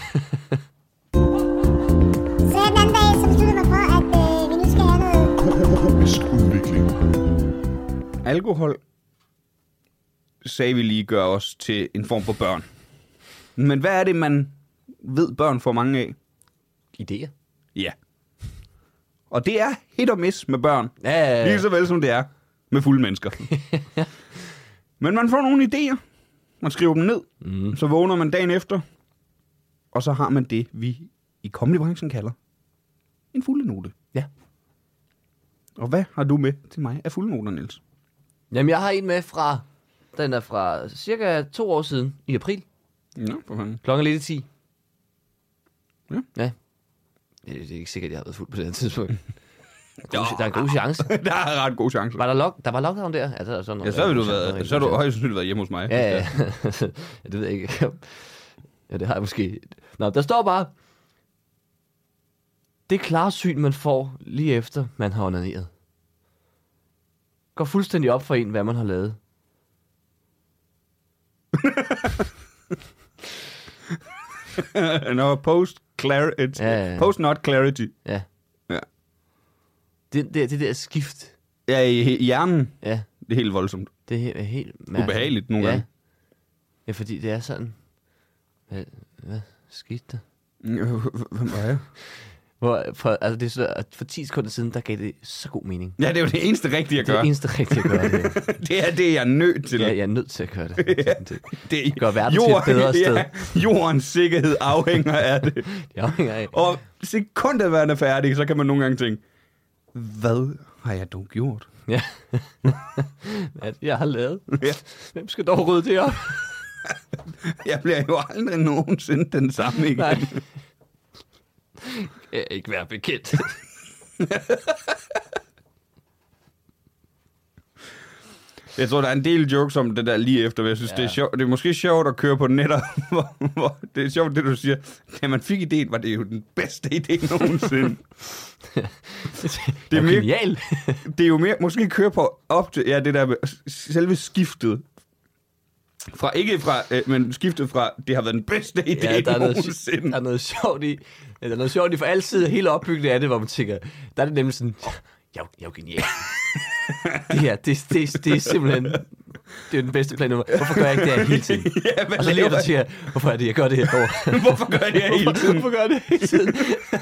den anden dag, så besluttede mig for, at vi nu skal have noget Komisk udvikling. Alkohol, sagde vi lige, gør os til en form for børn. Men hvad er det, man ved børn får mange af? idéer. Ja. Og det er hit og miss med børn. Ja. Lige så vel som det er med fulde mennesker. Men man får nogle idéer. Man skriver dem ned. Så vågner man dagen efter. Og så har man det, vi i comedybranchen kalder en fuldenote. Ja. Og hvad har du med til mig af fuldenoter, Niels? Jamen, jeg har en med fra... Den er fra cirka 2 år siden, i april. Ja, for fanden. Klokken lidt 10. Ja. Ja. Det er ikke sikkert, at jeg har været fuld på det her tidspunkt. Der er en god chance. Der er ret god chance. Der var lockdown der? Ja, der sådan noget, Ja, så har du højst sandsynligt været hjemme hos mig. Ja. Ja, det ved jeg ikke. Ja, det har jeg måske. Nå, der står bare... Det klarsyn, man får lige efter, man har onaneret. Går fuldstændig op for en, hvad man har lavet. No, post clarity. Ja. Post not clarity. Ja. Ja. Det der skift. Ja, i hjernen. Ja, Det er helt voldsomt. det er helt mærkeligt. Ubehageligt nogle gange. Ja, fordi det er sådan... Hvad skete der? Hvem var jeg? Altså det er så, for 10 sekunder siden, der gav det så god mening. Ja, det er jo det eneste rigtige at Det er gøre. det eneste rigtige at gøre det. Det er det, jeg er nødt til. Ja, jeg er nødt til at gøre det. Det gør verden til et bedre sted. Ja, jordens sikkerhed afhænger af det. Det afhænger af. Og sekundet, hvad er færdig, så kan man nogle gange tænke, hvad har jeg dog gjort? Ja. Hvad jeg har lavet. Ja. Hvem skal dog rydde det op? Jeg bliver jo aldrig nogensinde den samme igen. Nej. Jeg ikke være bekendt. Jeg tror, der er en del jokes om det der lige efter, men jeg synes, det er sjovt. Det er måske sjovt at køre på netter, hvor det er sjovt, det du siger. Da man fik idéen, var det jo den bedste idé nogensinde. Det er genial. Det er jo mere, måske køre på op til, ja, det der med selve skiftet. Men skiftet fra, det har været den bedste idé nogensinde. Der er noget sjovt i. Der er noget sjovt i for altid hele opbygningen af det, hvor man tænker, der er det nemlig sådan, jeg er jo genial. Det her, det er simpelthen, det er den bedste plan. Hvorfor gør jeg ikke det her hele tiden? Ja, og så lever du til, hvorfor er det, jeg gør det her over? Hvorfor gør jeg det her hele tiden? Hvorfor gør jeg det hele tiden?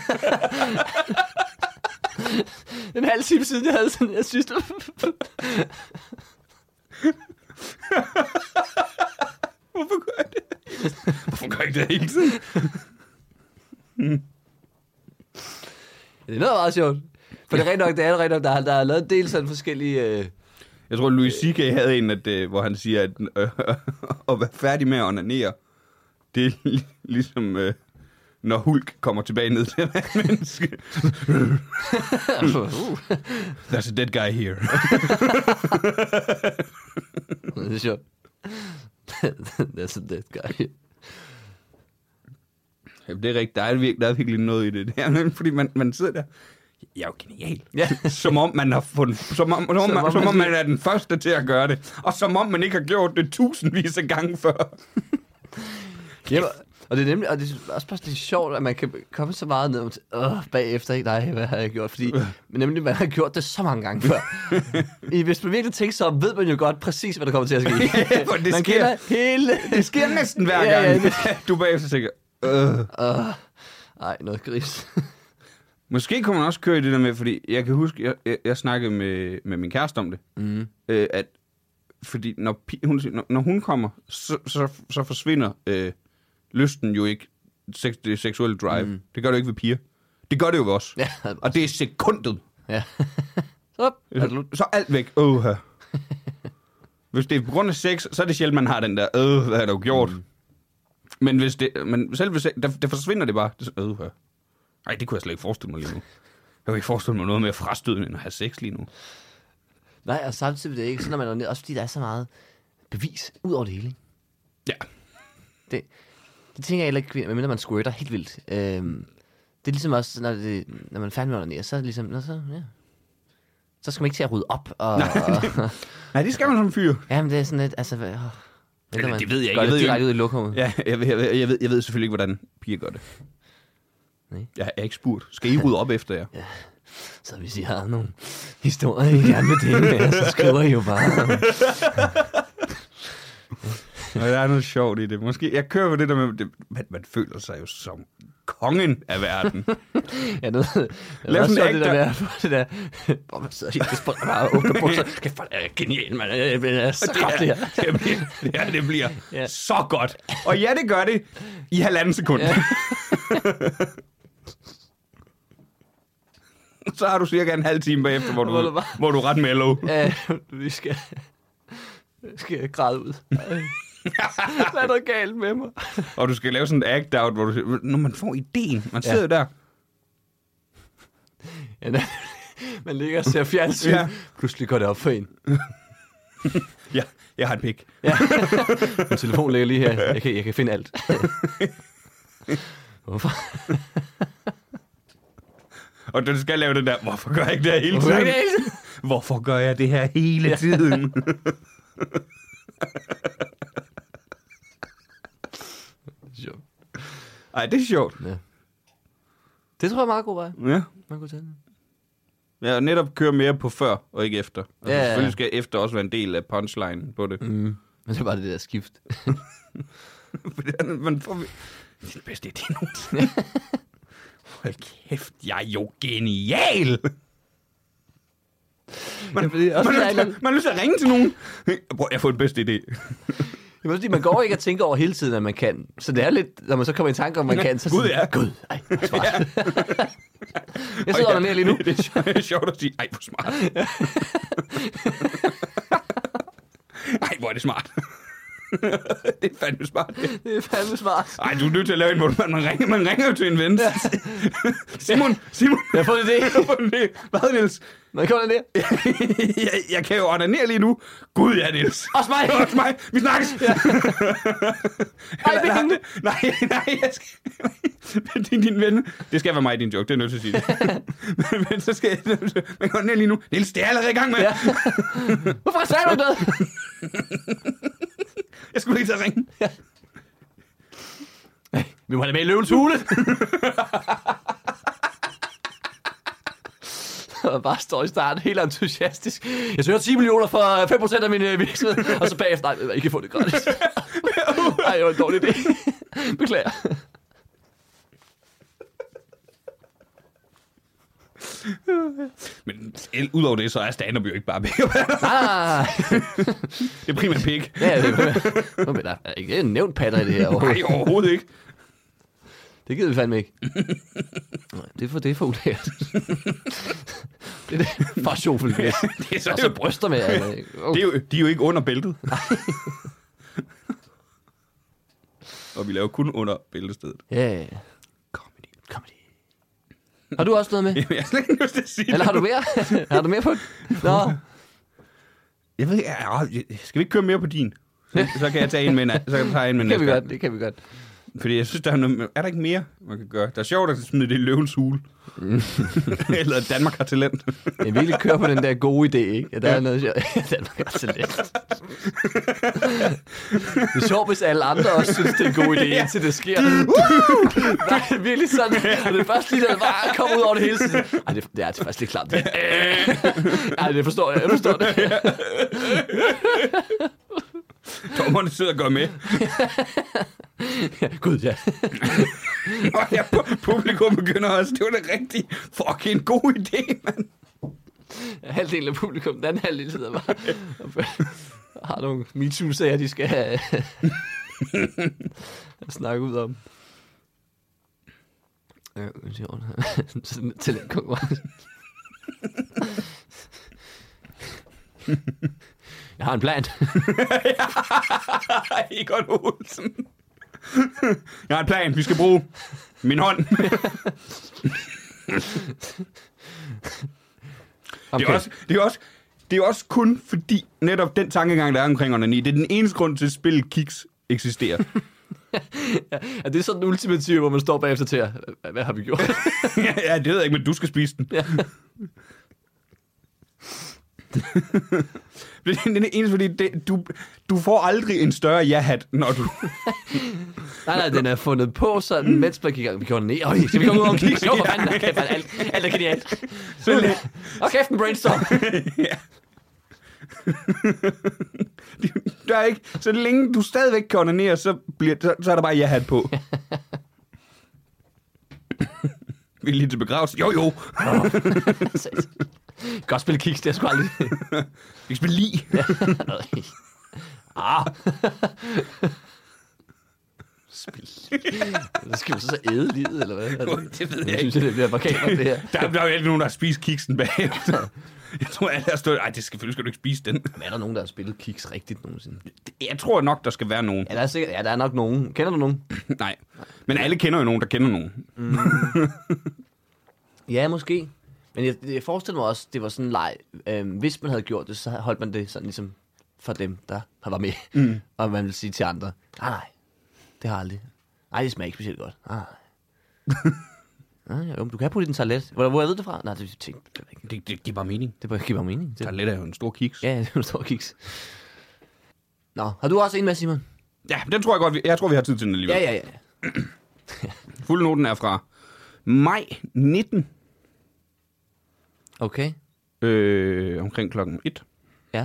En halv time siden, jeg havde sådan, jeg synes, Hvorfor gør jeg det? Hvorfor gør jeg ikke det hele tiden? Det er noget meget sjovt. For det er rent nok, der er lavet en del sådan forskellige... Jeg tror, Louis C.K. havde en, hvor han siger, at at være færdig med at onanere, det er ligesom, når Hulk kommer tilbage ned til et menneske. There's a dead guy here. Det er sjovt. There's a dead guy. Jamen, det er rigtigt. Der er virkelig noget i det. Der, fordi man sidder der. Jeg er jo genial. Ja. Som om man har fundet, som om man er den første til at gøre det. Og som om man ikke har gjort det tusindvis af gange før. Ja, og det er nemlig, og det er også bare det er sjovt, at man kan komme så meget ned og bagefter, ikke? Nej, hvad har jeg gjort? Fordi nemlig, man har gjort det så mange gange før. Hvis man virkelig tænker sig om, ved man jo godt præcis, hvad der kommer til at ske. det man kender hele... Det sker næsten hver gang. Du bagefter tænker, Ej, noget gris. Måske kunne man også køre i det der med, fordi jeg kan huske, jeg snakkede med min kæreste om det, at fordi når hun kommer, så forsvinder lysten jo ikke, det seksuelle drive. Det gør det jo ikke ved piger. Det gør det jo ved os. Ja, og det er sekundet. Ja. Så alt væk. Hvis det er på grund af sex, så er det sjældent, man har den der, hvad har du gjort? Men selv hvis det forsvinder det bare. Nej, det kunne jeg slet ikke forestille mig lige nu. Jeg kunne ikke forestille mig noget mere frastødende end at have sex lige nu. Nej, og samtidig det er ikke sådan, når man er nede, også fordi der er så meget bevis ud over det hele. Ja. Det tænker jeg heller ikke, medmindre man squirter helt vildt. Det er ligesom også, når man er færdig med at onanere, så er det ligesom, så skal man ikke til at rydde op. Nej, det skal man som fyr. Jamen, det er sådan lidt, altså... det ved jeg ikke. Gør det direkte ud i lokummet. Ja, jeg ved selvfølgelig ikke, hvordan piger gør det. Nej. Jeg er ikke spurgt. Skal I rydde op efter jer? Ja. Så hvis I har nogle historier, I gerne vil dele med, så skriver I jo bare. Og der er noget sjovt i det. Måske, jeg kører på det der med, man føler sig jo som kongen af verden. Ja, noget. Lav sådan det der, hvor man sidder helt desperat bare og åbner bukser. Kæft, hvor er det genialt, mand. Det er så godt, det her. Det bliver så godt. Og ja, det gør det i 1,5 sekund. Ja. Så har du cirka en halv time bagefter, hvor du er ret mellow. Ja, vi skal græde ud. Hvad er der galt med mig? Og du skal lave sådan en act-out, hvor du når man får ideen, man sidder der. Ja, man ligger og ser fjernsyn. Ja. Pludselig går det op for en. Ja, jeg har et pik. Ja. Min telefon ligger lige her. Jeg kan finde alt. Hvorfor? Og du skal lave det der, hvorfor gør jeg ikke det her hele tiden? Hvorfor gør jeg det her hele tiden? Sjovt. Ej, det er sjovt. Ja. Det tror jeg er meget god vej. Ja. Man kunne tage det. Ja, netop køre mere på før og ikke efter. Altså, selvfølgelig skal efter også være en del af punchline på det. Men det er bare det der skift. Man får... Det er det bedste idé nu. Hold kæft, jeg er jo genial! Man har lyst til at ringe til nogen. Bror, jeg får den bedste idé. Det er fordi, man går ikke og tænker over hele tiden, at man kan. Så det er lidt, når man så kommer i tanke om, man kan. Så Gud, ja. Gud, ej, hvor smart. Ja. Jeg sidder under lige nu. Det er sjovt at sige, ej, hvor smart. Ej, hvor er det smart. Det er fandme smart. Det er fandme smart. Ej, du er nødt til at lave en, hvor man ringer jo til en ven. Ja. Simon. Jeg har fået det. Hvad, Niels? Nå, kommer der ned. jeg kan jo onanere lige nu. Gud, ja, Niels. Også mig. Vi snakkes. Ja. Nej, jeg skal... din ven. Det skal være mig, din joke. Det er nødt til at sige det. Men så skal jeg... Man kan onanere lige nu. Niels, det er jeg allerede i gang med. Ja. Hvorfor sagde du noget? Jeg skulle lige til at ringe. Ja. Vi må have det med i Løvens Hule. Og bare står i starten helt entusiastisk. Jeg søger 10 millioner for 5% af min virksomhed. Og så bagefter, nej, I kan få det gratis. Ej, det var en dårlig idé. Beklager. Men udover det, så er stand-up jo ikke bare pik. Nej. Det er primært pik. Ja, det er ikke nævnt patter i det her. Nej, overhovedet ikke. Det gider vi fandme ikke. Nej, det er for ulært. Det er for sjovt. Det er så, og så bryster med. De er jo ikke under bæltet. Og vi laver kun under bæltestedet. Ja. Comedy. Har du også noget med? Jeg har slet ikke lyst til at sige det. Eller har du mere? Har du mere på det? Nå. Jeg ved ikke, skal vi ikke køre mere på din? Så kan jeg tage en med næste. Det kan vi godt. Fordi jeg synes, er der ikke mere, man kan gøre? Det er sjovt at smide det i Løvens Hule. Eller Danmark har talent. Jeg virkelig kører på den der gode idé, ikke? Ja, der er noget sjovt. Danmark har talent. Det er sjovt, hvis alle andre også synes, det er en god idé, indtil det sker. Nej, det er virkelig sådan. Og det er først lige, der bare kommer ud over det hele tiden. Ej, det er faktisk lidt klart. Ej, det forstår jeg. Jeg forstår det. Dommerne sidder og går med. Ja, gud, ja. Og ja, publikum begynder også. Det var da rigtig fucking god idé, mand. Halvdelen af publikum, den anden halvdel sidder bare og har nogle MeToo-sager, de skal have snakke ud om. Talentkonkurrence. Jeg har en plan. Egon Olsen. Jeg har en plan. Vi skal bruge min hånd. Okay. Det er også kun fordi netop den tankegang, der er omkring onani, det er den eneste grund til, at spillet Kiks eksisterer. Ja, det er sådan den ultimative, hvor man står bagefter til at, hvad har vi gjort? Ja, det ved jeg ikke, men du skal spise den. Ja. Det er det eneste, fordi du får aldrig en større ja-hat, når du... nej, den er fundet på sådan, mens man kigger, vi går ned, skal vi komme ud og kigge? Jo, alt er genialt. Og kæft en brainstorm. Ja. Der er ikke, så længe du stadigvæk kan onanere, så er der bare ja-hat på. Vi er lige til begravelse. Jo. Godt spille kiks, det er sgu aldrig. Vi kan spille lige. Spil. Skal vi så æde livet, eller hvad? Det ved jeg synes, det bliver markant, det her. Der er jo ikke nogen, der har spist kiksen bagefter. Jeg tror, alle har stået... Ej, selvfølgelig skal du ikke spise den. Men er der nogen, der har spillet kiks rigtigt nogensinde? Jeg tror nok, der skal være nogen. Ja, der er nok nogen. Kender du nogen? Nej, men alle kender jo nogen, der kender nogen. Ja, måske. Men jeg forestiller mig også, det var sådan en leg. Hvis man havde gjort det, så holdt man det sådan ligesom for dem, der var med. Og man ville sige til andre, nej, det har jeg aldrig. Nej, det smager ikke specielt godt. Nej, du kan putte i den salat. Hvor jeg ved det fra? Nej, det tænkte jeg ikke. Det giver bare mening. Det giver bare mening. Salat er jo en stor kiks. Ja, det er en stor kiks. Nå, har du også en med, Simon? Ja, den tror jeg godt, jeg tror, vi har tid til den alligevel. Ja. Fuldnoten er fra maj 19. Okay. Omkring klokken 1. Ja.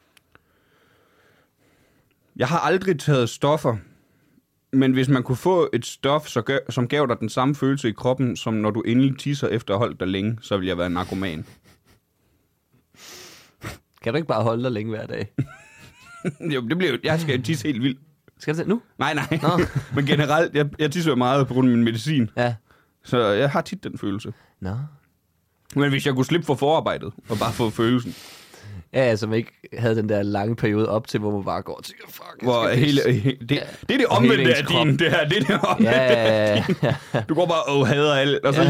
Jeg har aldrig taget stoffer, men hvis man kunne få et stof, som gav dig den samme følelse i kroppen, som når du endelig tisser efter at have holdt dig længe, så vil jeg være narkoman. Kan du ikke bare holde dig længe hver dag? Jo, det bliver jo... Jeg skal tisse helt vildt. Skal du det nu? Nej. Men generelt, jeg tisser meget på grund af min medicin. Ja. Så jeg har tit den følelse. Nå. Men hvis jeg kunne slippe for forarbejdet, og bare få følelsen. Ja, som ikke havde den der lange periode op til, hvor man bare går og tænker, fuck, hvor det er det omvendte af din, det her. Det er det omvendte af din. Du går bare og hader alt, og så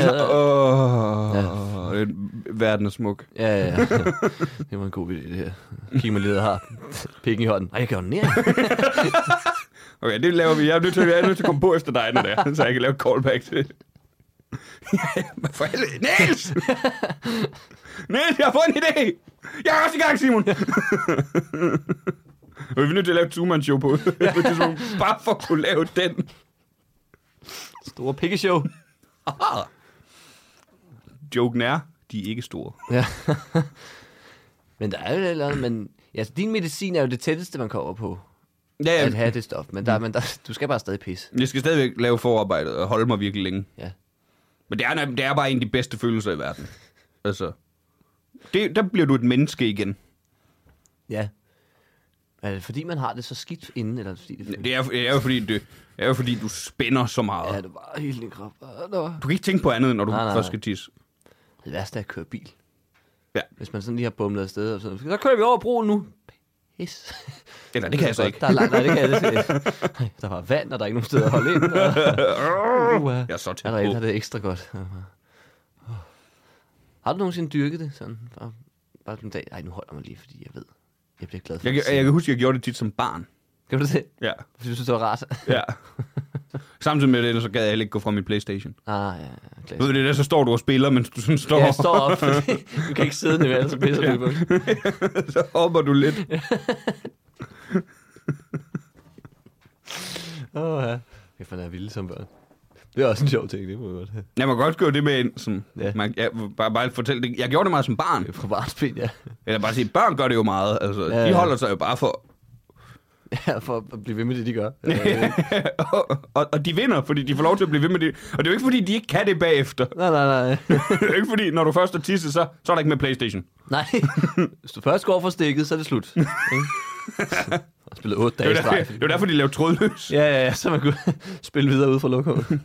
verden er smuk. Ja. Det var en god idé, det her. Kig mig lidt og har pikken i hånden. Ej, jeg kan jo ned. Okay, det laver vi. Jeg er nødt til at komme på efter dig, der, så jeg kan lave callback til. For helvede. Niels! Niels, jeg har fået en idé! Jeg er også i gang, Simon! Og vi er nødt til at lave et two-man-show på. Bare for at kunne lave den. Store pikkeshow. Joken er, de er ikke store. Ja. Men der er jo et eller andet, men... Ja, din medicin er jo det tætteste, man kommer på. Ja. At have det stof. Men du skal bare stadig pisse. Jeg skal stadigvæk lave forarbejdet og holde mig virkelig længe. Ja. Men det er bare en af de bedste følelser i verden. Altså, der bliver du et menneske igen. Ja. Er det fordi, man har det så skidt inden, eller fordi det er jo fordi, du spænder så meget. Ja, det var helt en krop. Du kan ikke tænke på andet, når du først skal tisse. Det værste er at køre bil. Ja. Hvis man sådan lige har bumlet afsted, og sådan, så kører vi over broen nu. Pis. Eller det kan jeg så ikke. Der er langt, nej, det kan jeg ikke. Der var vand, og der er ikke nogen steder at holde ind. Jeg er så tæt på. Allerede er det ekstra godt. Har du nogensinde dyrket det? Sådan, bare en dag. Ej, nu holder mig lige, fordi jeg ved, jeg bliver glad for jeg kan huske, jeg gjorde det tit som barn. Gjorde du det? Ja. Fordi du synes, det var rart? Ja. Samtidig med det, så gad jeg heller ikke gå fra min PlayStation. Ja. Ved du det, så står du og spiller, mens du sådan står... Ja, jeg står op, fordi du kan ikke sidde ned, ellers så pisser du på. Så hopper du lidt. Ja. Jeg fandt jeg vildt som børn. Det er også en sjov ting, det må jeg godt have. Jeg må godt skrive det med ind, som... Ja. Bare fortælle det. Jeg gjorde det meget som barn. Fra barnsben, ja. Eller bare sige, børn gør det jo meget. Altså, ja. De holder sig jo bare for... Ja, for at blive ved med det, de gør. og de vinder, fordi de får lov til at blive ved med det. Og det er jo ikke, fordi de ikke kan det bagefter. Nej. Det er jo ikke, fordi når du først har tisset, så er der ikke med PlayStation. Nej. Hvis du først går for stikket, så er det slut. Og spillet 8 dage streg. Det er jo derfor, de laver trådløs. Ja, så man kunne spille videre ud fra lokummet.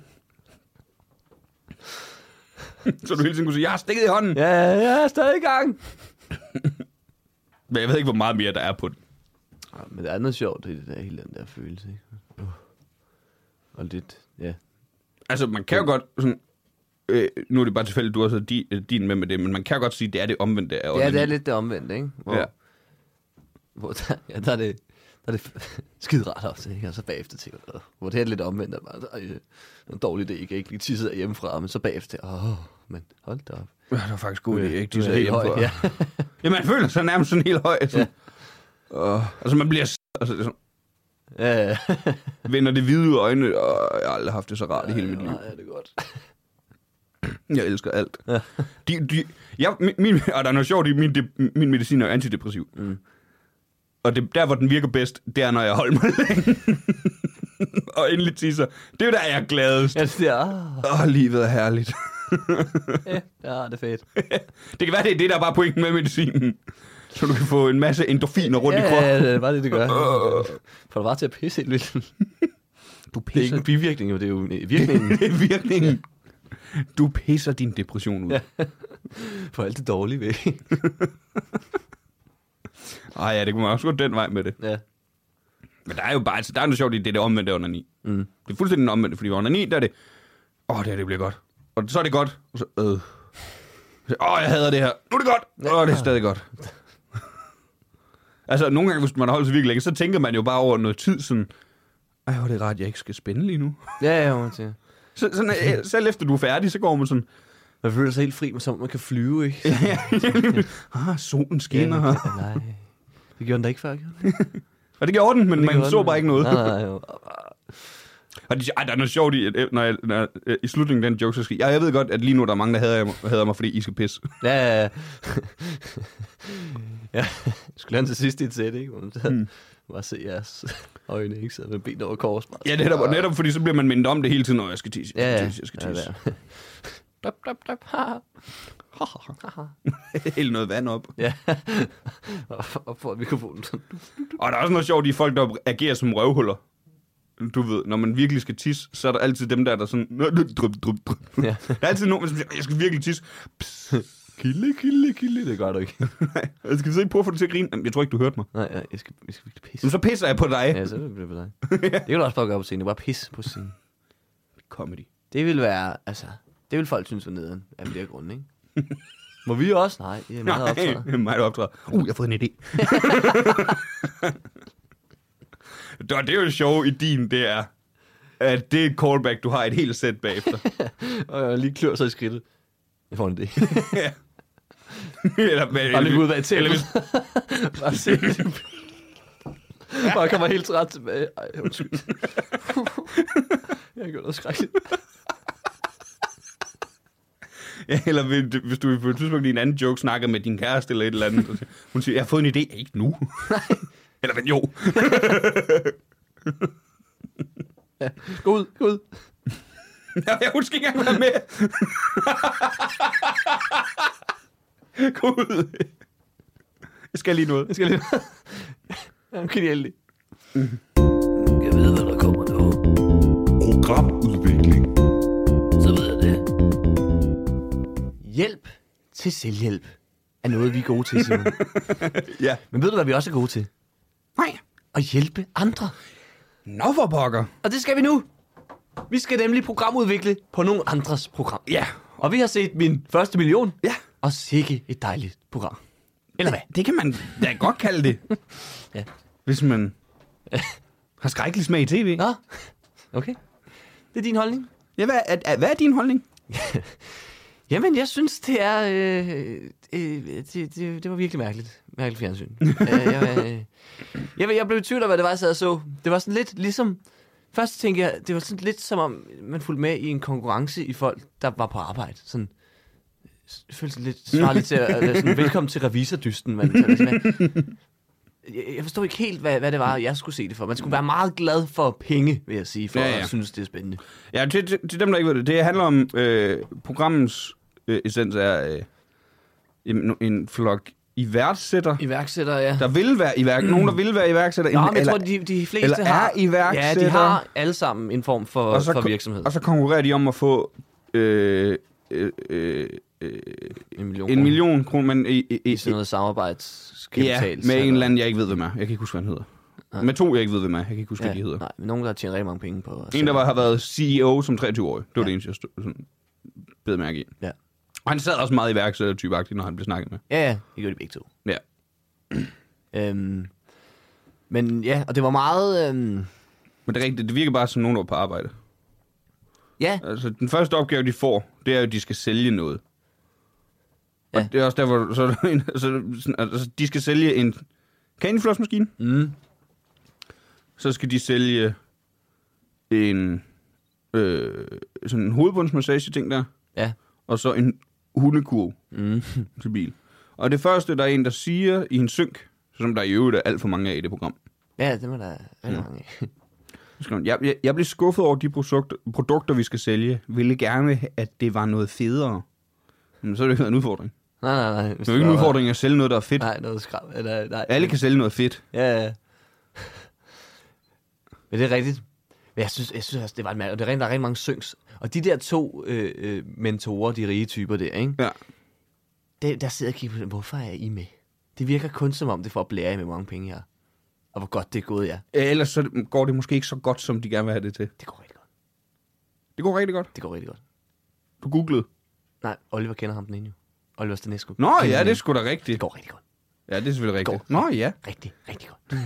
Så du hele tiden kunne sige, jeg har stikket i hånden. Ja, jeg er stadig i gang. Men jeg ved ikke, hvor meget mere der er på den. Ja, men der er noget sjovt i det der, hele den der følelse, ikke? Og lidt, ja. Altså, man kan jo godt sådan... nu er det bare tilfældigt, du har så din med det, men man kan godt sige, at det er det omvendte af... Ja, det er lidt det omvendte, ikke? Hvor der er det skide rart også, ikke? Og så bagefter tænker jeg, hvor det er lidt omvendt, der bare, en dårlig idé, jeg kan ikke lige tisse hjemmefra, men så bagefter, men hold da op. Ja, det var faktisk god idé, ikke tisse hjemmefra. Ja. Ja, man føler sig nærmest sådan helt høj. Sådan. Ja. Altså, man bliver sådan, ja. vender det hvide øjne, og jeg har aldrig haft det så rart i hele mit liv. Ja, det er godt. Jeg elsker alt. Ja. Og der er noget sjovt i min medicin er antidepressiv. Og der, hvor den virker bedst, det er, når jeg holder mig længe. Og endelig tisser. Det er jo der, jeg er gladest. Ja, det er... Livet er herligt. Ja, det er fedt. Det kan være, det er det, der er bare pointen med medicinen. Så du kan få en masse endorfiner rundt i kroppen. Ja, det er bare det gør. Får du bare til at pisse helt vildt. Du Det er ikke en bivirkning, det er jo virkningen. Det er virkningen. Du pisser din depression ud. Ja. For alt det dårlige ved. Ja, det kunne man også gå den vej med det. Ja. Men der er jo bare, der er noget sjovt i det omvendte onani. Det er fuldstændig omvendt, fordi onani, der er det, det bliver godt. Og så er det godt, og så, jeg hader det her. Nu er det godt. Det er stadig godt. Altså, nogle gange, hvis man har holdt sig virkelig længe, så tænker man jo bare over noget tid, sådan, hvor er det rart, jeg ikke skal spænde lige nu. Ja, man siger. Så selv efter du er færdig, så går man sådan, man føler sig helt fri, men som man kan flyve, ikke? Solen skinner. Nej, det gjorde den da ikke før, Og det gjorde den, men man så bare ikke noget. Nej. Og der er noget sjovt i, når i slutningen af den joke, så skal jeg ved godt, at lige nu der er mange, der hader mig, fordi I skal pisse. Ja. Ja, skulle han til sidst i et sæt, ikke? Bare se jeres øjne, ikke? Så med ben over kors. Ja, netop, fordi så bliver man mindet om det hele tiden, når jeg skal tisse. Jeg skal tisse. Dop. Helt noget vand op. Ja. Og for mikrofonen. Og der er også noget sjovt i folk, der agerer som røvhuller. Du ved, når man virkelig skal tisse, så er der altid dem, der sådan... Drup. Ja. Der er altid nogen, som siger, jeg skal virkelig tisse. Kilde, det gør du ikke. Nej, jeg skal ikke prøve at få det til at grine. Jeg tror ikke, du hørte mig. Nej, jeg skal virkelig pisse. Men så pisser jeg på dig. Ja, så bliver det på dig. Det kan du også bare gøre på scenen. Det er bare pisse på scenen. Comedy. Det vil være, altså... Det vil folk synes var nederen af flere grunde, ikke? Må vi også? Nej, det er meget optræder. Det er mig, der optræder. Jeg har fået en idé. Det er jo det sjove i din, det er, at det er et callback, du har et helt sæt bagefter. Og jeg lige klør sig i skridtet. Jeg får en idé. Ja. Eller lige ud af et eller hvis, bare se det. Bare kommer helt træt tilbage. Ej, undskyld. Jeg har gjort noget skrækkeligt. Ja, eller hvis du på et tidspunkt i en anden joke snakker med din kæreste eller et eller andet. Hun siger, jeg har fået en idé. Ikke nu. Eller men jo. Ja. Gå ud. Jeg husker ikke engang være med. Gå ud. Jeg skal lige noget. Jeg er genial. Jeg ved, hvad der kommer nu. Programudvikling. Så ved jeg det. Hjælp til selvhjælp er noget, vi er gode til, Simon. Ja. Men ved du, hvad vi også er gode til? Nej. At hjælpe andre. Nå for pokker. Og det skal vi nu. Vi skal nemlig programudvikle på nogle andres program. Ja. Og vi har set min første million. Ja. Og sikke et dejligt program. Eller hvad? Det kan man da godt kalde det. Ja. Hvis man har skrækkelig smag i tv. Nå, okay. Det er din holdning? Ja, hvad er din holdning? Jamen, jeg synes, det er... det var virkelig mærkeligt. Mærkeligt fjernsyn. Jeg blev i tvivl om, hvad det var, jeg sad og så. Det var sådan lidt ligesom... Først tænkte jeg, det var sådan lidt som om, man fulgte med i en konkurrence i folk, der var på arbejde. Sådan... Jeg følte lidt svarligt til at sådan, velkommen til revisordysten. Jeg forstod ikke helt, hvad det var, jeg skulle se det for. Man skulle være meget glad for penge, vil jeg sige, for at synes, det er spændende. Ja, til dem, der ikke ved det. Det handler om programmets essens er en flok iværksætter. Iværksætter, ja. Der vil være nogen, der vil være iværksætter. Ja, men jeg tror, de fleste har... iværksætter. Ja, de har alle sammen en form for virksomhed. Og så konkurrerer de om at få... 1 million kroner, men i sådan noget samarbejdskapital. Ja, med en eller anden, jeg ikke ved, hvem er. Jeg kan ikke huske, hvad han hedder. Ja. Med 2, jeg ikke ved, hvem er. Jeg kan ikke huske, hvad de hedder. Nej, men nogen, der tjener rigtig mange penge på. En, der har været CEO som 23-årig. Det var det eneste, jeg bed mærke i. Ja. Og han sad også meget iværksætter-type-agtigt, når han blev snakket med. Ja, det gjorde de begge to. Ja. Men ja, og det var meget... Men det er rigtigt, det virker bare som nogen, der var på arbejde. Ja. Altså, den første opgave, de får, det er jo, at de skal sælge noget. Ja. Og det er også derfor, så de skal sælge en candyflossmaskine. Så skal de sælge en sådan en hovedbundsmassage-ting der. Ja. Og så en hundekurv til bil. Og det første, der er en, der siger i en synk, som der i øvrigt er alt for mange af i det program. Ja, det var der alt for mange af. Jeg blev skuffet over de produkter, vi skal sælge. Ville gerne, at det var noget federe. Men så er det ikke en udfordring. Nej. Det er jo ikke en udfordring at sælge noget, der er fedt. Nej, noget skram. Nej. Alle kan sælge noget fedt. Ja. Men det er rigtigt. Men jeg synes også, det var et mærke. Der er rigtig mange syngs. Og de der 2 mentorer, de rige typer der, ikke? Ja. Der sidder jeg og kigger på dem. Hvorfor er I med? Det virker kun som om, det får at blære med, hvor mange penge jeg har. Og hvor godt det er gået, ja. Ellers så går det måske ikke så godt, som de gerne vil have det til. Det går rigtig godt. Det går rigtig godt? Det går rigtig godt. Du googlede? Nej, Oliver kender ham den ene jo. Oliver Stanescu. Nå ja, det er sgu da rigtigt. Det går rigtig godt. Ja, det er selvfølgelig rigtigt. Nå ja. Rigtig godt.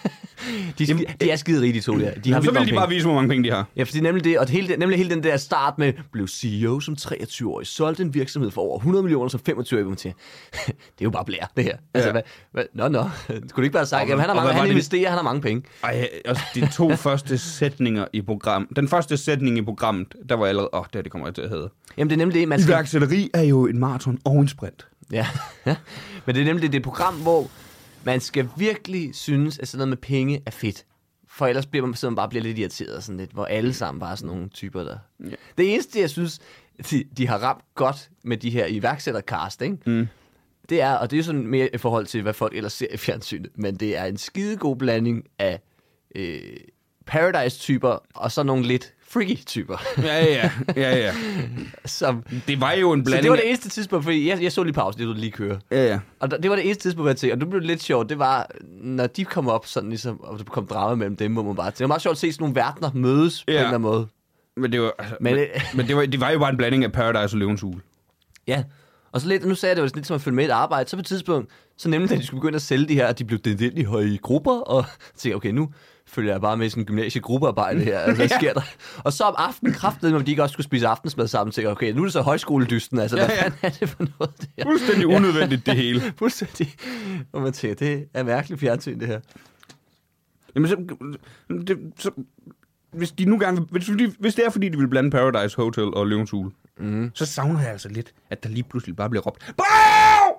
de er skide rige, de 2 der. Så vil de bare vise, hvor mange penge de har. Ja, for det er nemlig det, og nemlig hele den der start med, blev CEO som 23-årig, solgte en virksomhed for over 100 millioner som 25-årig til. Det er jo bare blære, det her. Altså, Nå. Skulle du ikke bare sige, at han investerer, han har mange penge. Ej, også de 2 første sætninger i programmet. Den første sætning i programmet, der var allerede, det kommer jeg til at hedde. Jamen, det er nemlig det, man skal... Iværksætteri er jo en maraton og en sprint. Ja, men det er nemlig det program, hvor man skal virkelig synes, at sådan noget med penge er fedt. For ellers bliver man bare lidt irriteret, sådan lidt, hvor alle sammen bare er sådan nogle typer, der... Ja. Det eneste, jeg synes, de har ramt godt med de her iværksættercast, ikke? Det er, og det er sådan mere i forhold til, hvad folk ellers ser i fjernsynet, men det er en skidegod blanding af Paradise-typer, og så nogle lidt freaky-typer. Ja. Som, det var jo en blanding. Så det var det eneste tidspunkt, fordi jeg så lige pause, det du lige køre. Ja. Og det var det eneste tidspunkt, jeg tænkte, og det blev lidt sjovt, det var, når de kom op, sådan ligesom, og der kom drama mellem dem, hvor man bare, det var meget sjovt at se sådan nogle verdener mødes på en eller anden måde. Men det var, altså, men det var jo bare en blanding af Paradise og Løvens Hule. Ja, og så lidt, nu sagde jeg, det var lidt som at følge med et arbejde, så på et tidspunkt, så nemlig, da de skulle begynde at sælge de her, at de blev delt ind i høje grupper, og tænkte, okay, nu følger jeg bare med i sådan en gymnasiegruppearbejde her, altså, hvad sker der? Og så om aftenen kraftede, når de ikke også skulle spise aftensmad sammen, tænkte okay, nu er det så højskoledysten, altså, hvad fanden er det for noget, det her? Fuldstændig unødvendigt, det hele. Fuldstændig. Og man tænker, det er mærkeligt fjernsyn, det her. Jamen, så hvis de nu gerne hvis det er, fordi de vil blande Paradise Hotel og Løvens Hule, så savner jeg altså lidt, at der lige pludselig bare bliver råbt, BAU!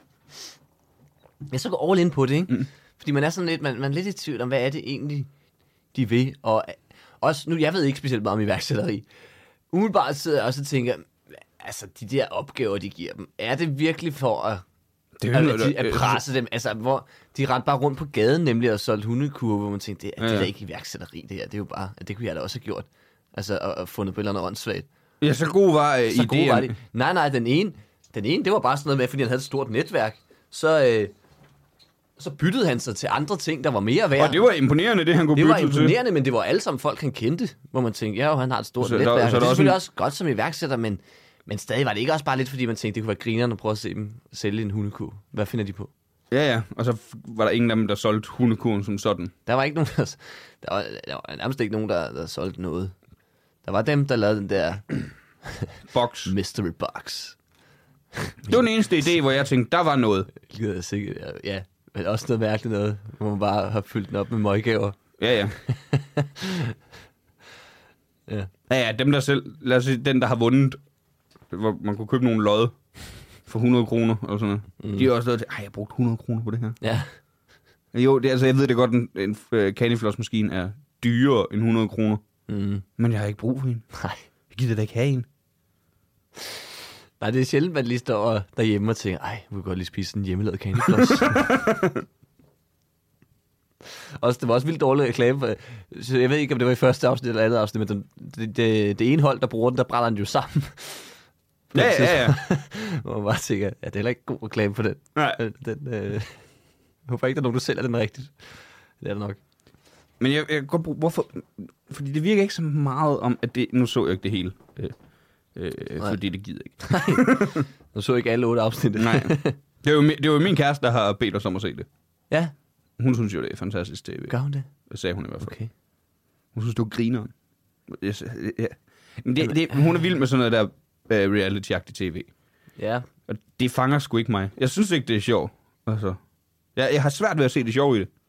Jeg så går all in på det, ikke? Fordi man er sådan lidt, man er lidt i tvivl om, hvad er det egentlig, de vil. Og også nu, jeg ved ikke specielt meget om iværksætteri. Umiddelbart sidder jeg også og tænker, altså de der opgaver, de giver dem, er det virkelig for at presse dem? Altså, hvor de rendte bare rundt på gaden, nemlig og solgte hundekurve, hvor man tænkte, det er da ikke iværksætteri, det her. Det er jo bare, det kunne jeg da også have gjort. Altså, og fundet på et eller andet åndssvagt. Ja, så god var ideen. God var det. Nej, den ene, det var bare sådan noget med, fordi han havde et stort netværk. Så byttede han sig til andre ting, der var mere værd. Og det var imponerende, det han kunne bytte til. Det var imponerende, men det var alle sammen folk, han kendte. Hvor man tænkte, ja, han har et stort netværk. Det er selvfølgelig også godt som iværksætter, men stadig var det ikke også bare lidt, fordi man tænkte, det kunne være grinerne at prøve at se dem sælge en hundekurv. Hvad finder de på? Ja, og så var der ingen af dem, der solgte hundekurven som sådan. Der var ikke nogen, der var nærmest ikke nogen, der solgte noget. Der var dem, der lavede den der box. Mystery box. Det var den eneste idé, hvor jeg tænkte, der var noget. Ja, men også noget mærkeligt noget, hvor man bare har fyldt den op med møggaver. Ja. Ja, dem der selv, lad os sige, den der har vundet, hvor man kunne købe nogle lod for 100 kroner og sådan noget. De har også lavet til, jeg brugte 100 kroner på det her. Ja. Jo, det, altså jeg ved det godt, en candyfloss-maskine er dyrere end 100 kroner. Men jeg har ikke brug for en. Nej. Jeg gider da ikke have en. Nej, det er sjældent, man lige står derhjemme og tænker, jeg vil godt lige spise en hjemmelavet candyfloss. Også, det var også vildt dårligt reklame. Så jeg ved ikke, om det var i første afsnit eller andet afsnit, men det ene hold, der bruger den, der brænder den jo sammen. Ja. Hvor man bare tænker, det er heller ikke god reklame for den. Nej. Jeg håber ikke, der er nogen, der sælger den rigtigt. Det er det nok. Men jeg kan godt bruge, hvorfor? Fordi det virker ikke så meget om, at det... Nu så jeg ikke det hele. Fordi det gider ikke. Nej. Nu så jeg ikke alle 8 afsnit. Nej. Det er jo min kæreste, der har bedt os om at se det. Ja. Hun synes jo, det er fantastisk tv. Gør hun det? Det sagde hun i hvert fald. Okay. Hun synes, det var grineren. Ja. Men hun er vild med sådan noget der reality-agtigt tv. Ja. Og det fanger sgu ikke mig. Jeg synes ikke, det er sjovt. Altså. Jeg har svært ved at se det sjov i det.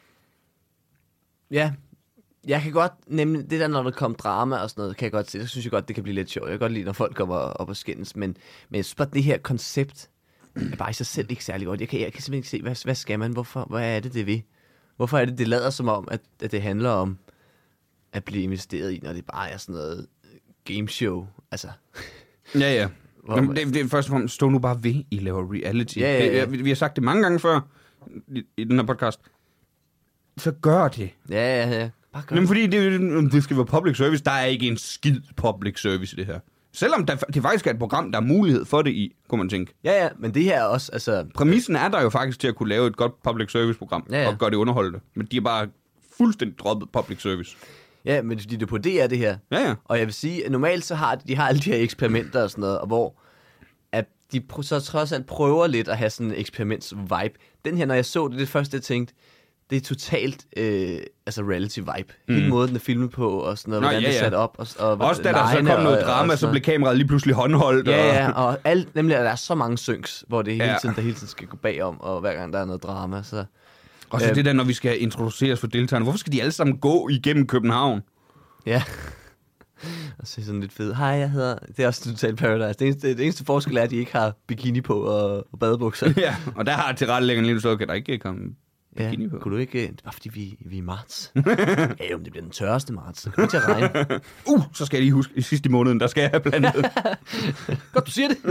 Ja. Jeg kan godt, nemlig det der, når der kommer drama og sådan noget, kan jeg godt se, så synes jeg godt, det kan blive lidt sjovt. Jeg kan godt lide, når folk kommer op og skændes, men jeg synes bare, det her koncept er bare i sig selv ikke særlig godt. Jeg kan simpelthen ikke se, hvad skal man? Hvad er det vil? Hvorfor er det lader som om, at det handler om at blive investeret i, når det bare er sådan noget gameshow. Altså. Ja. Jamen, det er først og fremmest, stå nu bare ved, I laver reality. Ja. Vi har sagt det mange gange før i den her podcast. Så gør det. Ja. Bare gør Jamen, fordi det skal være public service. Der er ikke en skid public service i det her. Selvom det faktisk er et program, der er mulighed for det i, kunne man tænke. Ja, men det her er også, altså... Præmissen er der jo faktisk til at kunne lave et godt public service program, og gøre det underholdende. Men de er bare fuldstændig droppet public service. Ja, men fordi det er på DR, det her. Ja. Og jeg vil sige, at normalt så har de alle de her eksperimenter og sådan noget, og hvor at de så trods alt prøver lidt at have sådan en eksperiments-vibe. Den her, når jeg så det første, jeg tænkte, det er totalt altså reality-vibe. Hele måden, den er filmet på, og sådan noget, hvordan det er sat op. Og også da der så kom noget drama, så blev kameraet lige pludselig håndholdt. Ja, og nemlig, at der er så mange synks, hvor det hele tiden skal gå bagom, og hver gang der er noget drama, så... Og så det der, når vi skal introduceres for deltagerne. Hvorfor skal de alle sammen gå igennem København? Ja. Og se sådan lidt fed. Hej, jeg hedder... Det er også totalt Paradise. Det eneste forskel er, at de ikke har bikini på og badebukser. Ja, og der har tilrettelæggeren lige så kan der ikke komme bikini på. Kunne du ikke... Det er bare fordi, vi er i marts. Ja, jo, det bliver den tørreste marts. Så kommer til at regne. Så skal jeg lige huske, i sidste måneden, der skal jeg have blandet. Godt, du siger det.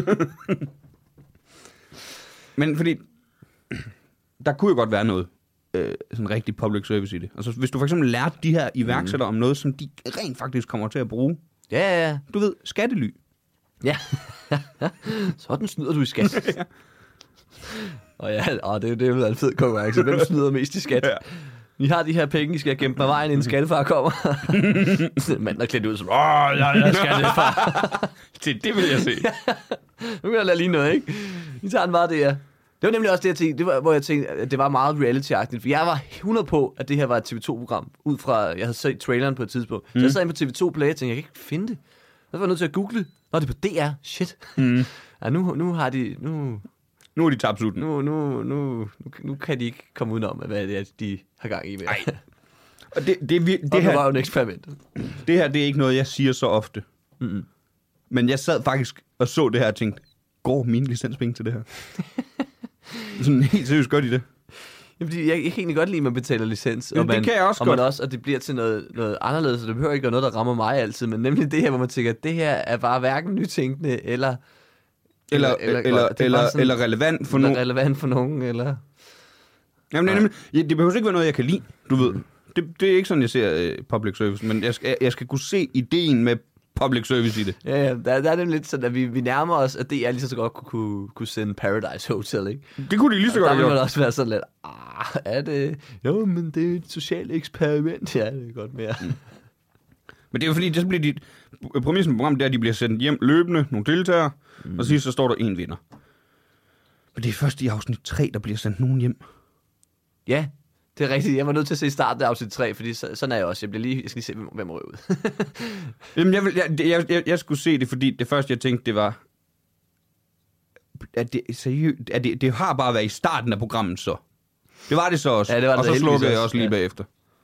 Men fordi... Der kunne jo godt være noget sådan rigtig public service i det. Altså, hvis du for eksempel lærte de her iværksættere om noget, som de rent faktisk kommer til at bruge. Ja. Du ved, skattely. Ja. Sådan snyder du i skat. Og det er jo en fed konkurrence. Hvem snyder mest i skat? Ja. Vi har de her penge, I skal gemme på vejen, inden skattefar kommer. Manden er klædt ud som, jeg er skattefar. det vil jeg se. Nu kan jeg lade lige noget, ikke? Vi tager den bare det her. Det var nemlig også det, jeg tænkte, hvor jeg tænkte, at det var meget reality-agtigt. For jeg var 100 på, at det her var et TV2-program, ud fra, jeg havde set traileren på et tidspunkt. Så jeg sad ind på TV2 Play og tænkte, jeg kan ikke finde det. Så var jeg nødt til at google. Nå, det er på DR. Shit. Ja, nu har de... Nu er de tabt sutten. Nu kan de ikke komme udenom, hvad det er, de har gang i med. Nej. Og det her var jo et eksperiment. Det her, det er ikke noget, jeg siger så ofte. Men jeg sad faktisk og så det her og tænkte, går mine licenspenge til det her? Sådan helt seriøst, gør de det? Jamen, jeg kan egentlig godt lide, at man betaler licens. Og det kan jeg også godt. Og det bliver til noget anderledes, så det behøver ikke være noget, der rammer mig altid. Men nemlig det her, hvor man tænker, at det her er bare hverken nytænkende, eller relevant for nogen. Relevant for nogen, eller... Jamen, det behøver ikke være noget, jeg kan lide, du ved. Det er ikke sådan, jeg ser public service, men jeg skal kunne se ideen med public service i det. Ja, der er det lidt sådan, at vi nærmer os, at det er lige så godt kunne sende Paradise Hotel, ikke? Det kunne de lige så godt gøre. Der vil man også være sådan lidt, er det... Jo, men det er et socialt eksperiment. Ja, det er godt mere. Men det er jo fordi, så bliver de... Præmissen på programmet, det er, at de bliver sendt hjem løbende, nogle deltagere, og så står der en vinder. Men det er først i afsnit 3, der bliver sendt nogen hjem. Ja, det er rigtigt. Jeg var nødt til at se starten af afsnit 3, fordi sådan er jeg også. Jeg skal lige se, hvem røg ud. Jamen, jeg skulle se det, fordi det første, jeg tænkte, det var... Det har bare været i starten af programmet, så. Det var det så også. Ja, det var og så slukkede jeg også lige bagefter.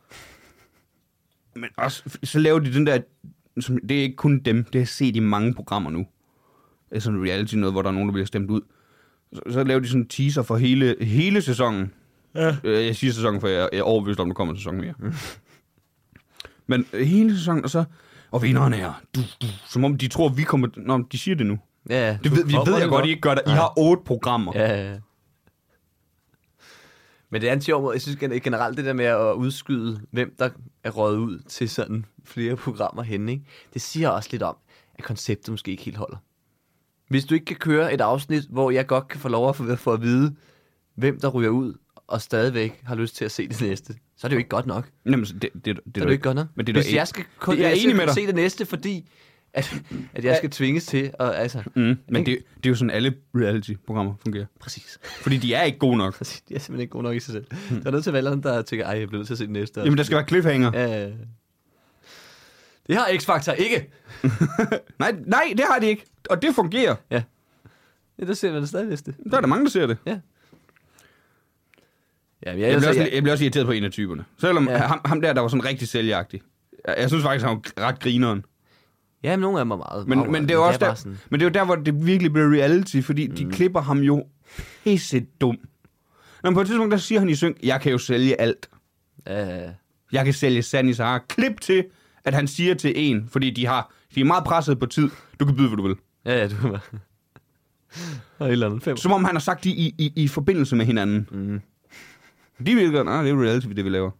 Men også, så laver de den der... Det er ikke kun dem, det har jeg set i mange programmer nu. Det er sådan en reality noget, hvor der er nogen, der bliver stemt ud. Så laver de sådan en teaser for hele sæsonen. Ja. Jeg siger sæsonen, for jeg er overbevist om, der kommer en sæson mere. Men hele sæsonen, og vinderen er, som om de tror, vi kommer... Nå, de siger det nu. Ja, vi ved jeg godt, I ikke gør det. I har 8 programmer. Ja. Men det er en sjov måde. Jeg synes generelt, det der med at udskyde, hvem der er røget ud til sådan flere programmer henne, ikke? Det siger også lidt om, at konceptet måske ikke helt holder. Hvis du ikke kan køre et afsnit, hvor jeg godt kan få lov at få at vide, hvem der ryger ud, og stadigvæk har lyst til at se det næste, så er det jo ikke godt nok. Jamen, det er jo ikke godt nok. Men hvis jeg skal se det næste, fordi at jeg skal tvinges til at... Altså, men det er jo sådan, alle reality-programmer fungerer. Præcis. Fordi de er ikke gode nok. Præcis, de er simpelthen ikke gode nok i sig selv. Der er nødt til at være der tænker, jeg bliver nødt til at se det næste. Jamen, der skal være cliffhanger. Det har X-Factor ikke. nej, det har de ikke. Og det fungerer. Ja, der ser man det stadig næste. Der er der mange, der ser det. Ja. Ja, jeg bliver også irriteret på en af typerne. Selvom ham der var sådan rigtig sælgeagtig. Jeg synes faktisk, han var ret grineren. Ja, men nogle af dem er meget. Men det er jo også der, sådan... men det er jo der, hvor det virkelig bliver reality, fordi de klipper ham jo pisse dum. Når på et tidspunkt, der siger han i synk, jeg kan jo sælge alt. Jeg kan sælge Sand i Sahara. Klip til, at han siger til en, fordi de er meget presset på tid, du kan byde, hvad du vil. Ja, du kan bare... Og et eller andet 5. Som om han har sagt det i forbindelse med hinanden. Mm. De vil godt, det er reality, det vi laver.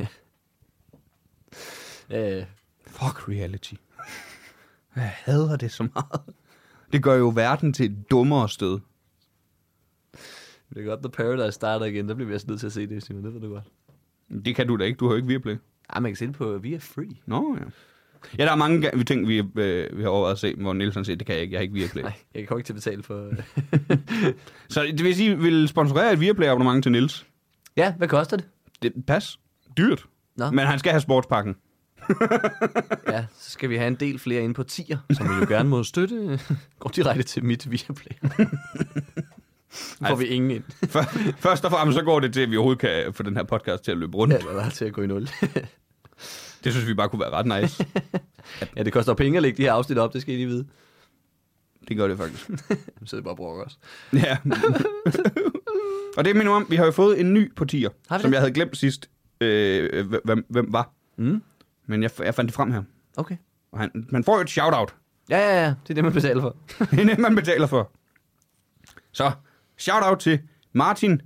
Fuck reality. Jeg hader det så meget. Det gør jo verden til et dummere sted. Det er godt, når Paradise starter igen, der bliver vi altså nødt til at se det, Simon. Det ved du godt. Det kan du da ikke, du har jo ikke Viaplay. Ej, man kan se det på Via Free. Nå, ja. Ja, der er mange ting, vi har overvejet at se, hvor Nielsen siger, det kan jeg ikke, jeg har ikke Viaplay. Nej, jeg kommer ikke til at betale for... Så det vil sige, vil sponsorere et Viaplay-abonnement til Niels? Ja, hvad koster det? Det pas. Dyrt. Nå. Men han skal have sportspakken. Ja, så skal vi have en del flere inde på tier, som vi jo gerne må støtte. Går direkte til mit Viaplay. Får vi ingen ind. Først og fremmest så går det til, at vi overhovedet kan få den her podcast til at løbe rundt. Eller til at gå i nul. Det synes vi bare kunne være ret nice. Ja, det koster penge at lægge de her afsnit op, det skal I lige vide. Det gør det faktisk. Så det bare brokker os. Ja. Og det minder om, vi har jo fået en ny på tier, som det? jeg havde glemt sidst, hvem var. Mm. Men jeg fandt det frem her. Okay. Og man får jo et shout-out. Ja, det er det, man betaler for. Det er det, man betaler for. Så, shout-out til Martin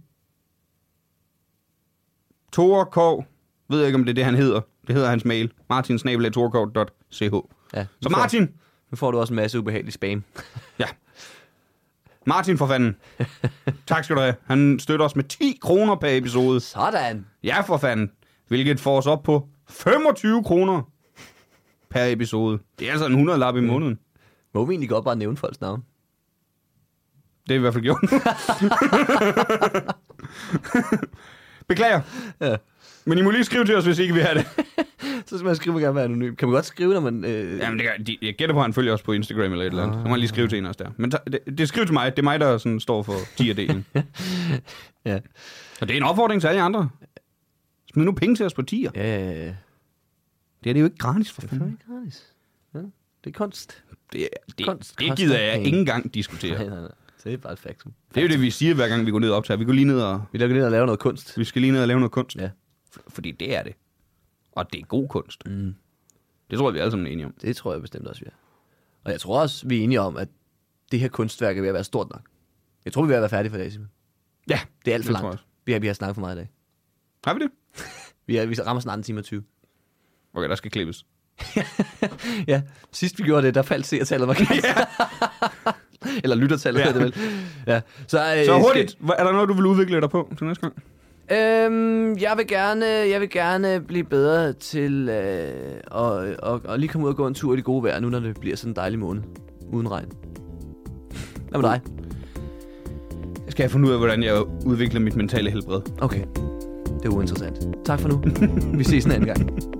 Torekov. Ved jeg ikke, om det er det, han hedder. Det hedder hans mail. martin@torekov.ch. Ja, Så Martin. Nu får du også en masse ubehagelig spam. Ja. Martin for fanden. Tak skal du have. Han støtter os med 10 kroner per episode. Sådan. Ja, for fanden. Hvilket får os op på 25 kroner per episode. Det er altså en 100-lap i måneden. Må vi egentlig godt bare nævne folks navn? Det er i hvert fald gjort. Beklager. Ja. Men I må lige skrive til os, hvis I ikke vil have det. Så skal man skrive, at man gerne vil være anonym. Kan man godt skrive, når man... Jamen, jeg gætter på, at han følger os på Instagram eller et eller andet. Så må han lige skrive til en også der. Men det skriv til mig. Det er mig, der sådan står for tierdelen. Ja. Og det er en opfordring til alle andre. Smid nu penge til os på tier. Ja. Det er det jo ikke gratis for Det er fanden. ikke gratis. Ja. Det er kunst. Det gider jeg ikke engang diskutere. Nej. Det er bare et faktum. Det er jo det, vi siger, hver gang vi går ned og optager. Vi går lige ned og... Vi lader ned og lave noget kunst. Vi skal lige ned og lave noget kunst. Ja. Fordi det er det. Og det er god kunst. Mm. Det tror jeg, vi alle sammen er enige om. Det tror jeg bestemt også, vi er. Og jeg tror også, vi er enige om, at det her kunstværk er ved at være stort nok. Jeg tror, vi er ved at være færdige for i dag, Simon. Ja. Det er alt for det tror langt. Vi har snakket for meget i dag. Har vi det? Vi rammer snart en time og 20. Okay, der skal klippes. Ja, sidst vi gjorde det, der faldt seertallet markant. Ja. Eller lyttertallet, ja. Det vel. Ja. Så hurtigt, er der noget, du vil udvikle dig på til næste gang? Jeg vil gerne blive bedre til at lige komme ud og gå en tur i det gode vejr, nu når det bliver sådan en dejlig måned. Uden regn. Hvad med dig? Jeg skal finde ud af, hvordan jeg udvikler mit mentale helbred. Okay. Det er uinteressant. Tak for nu. Vi ses en anden gang.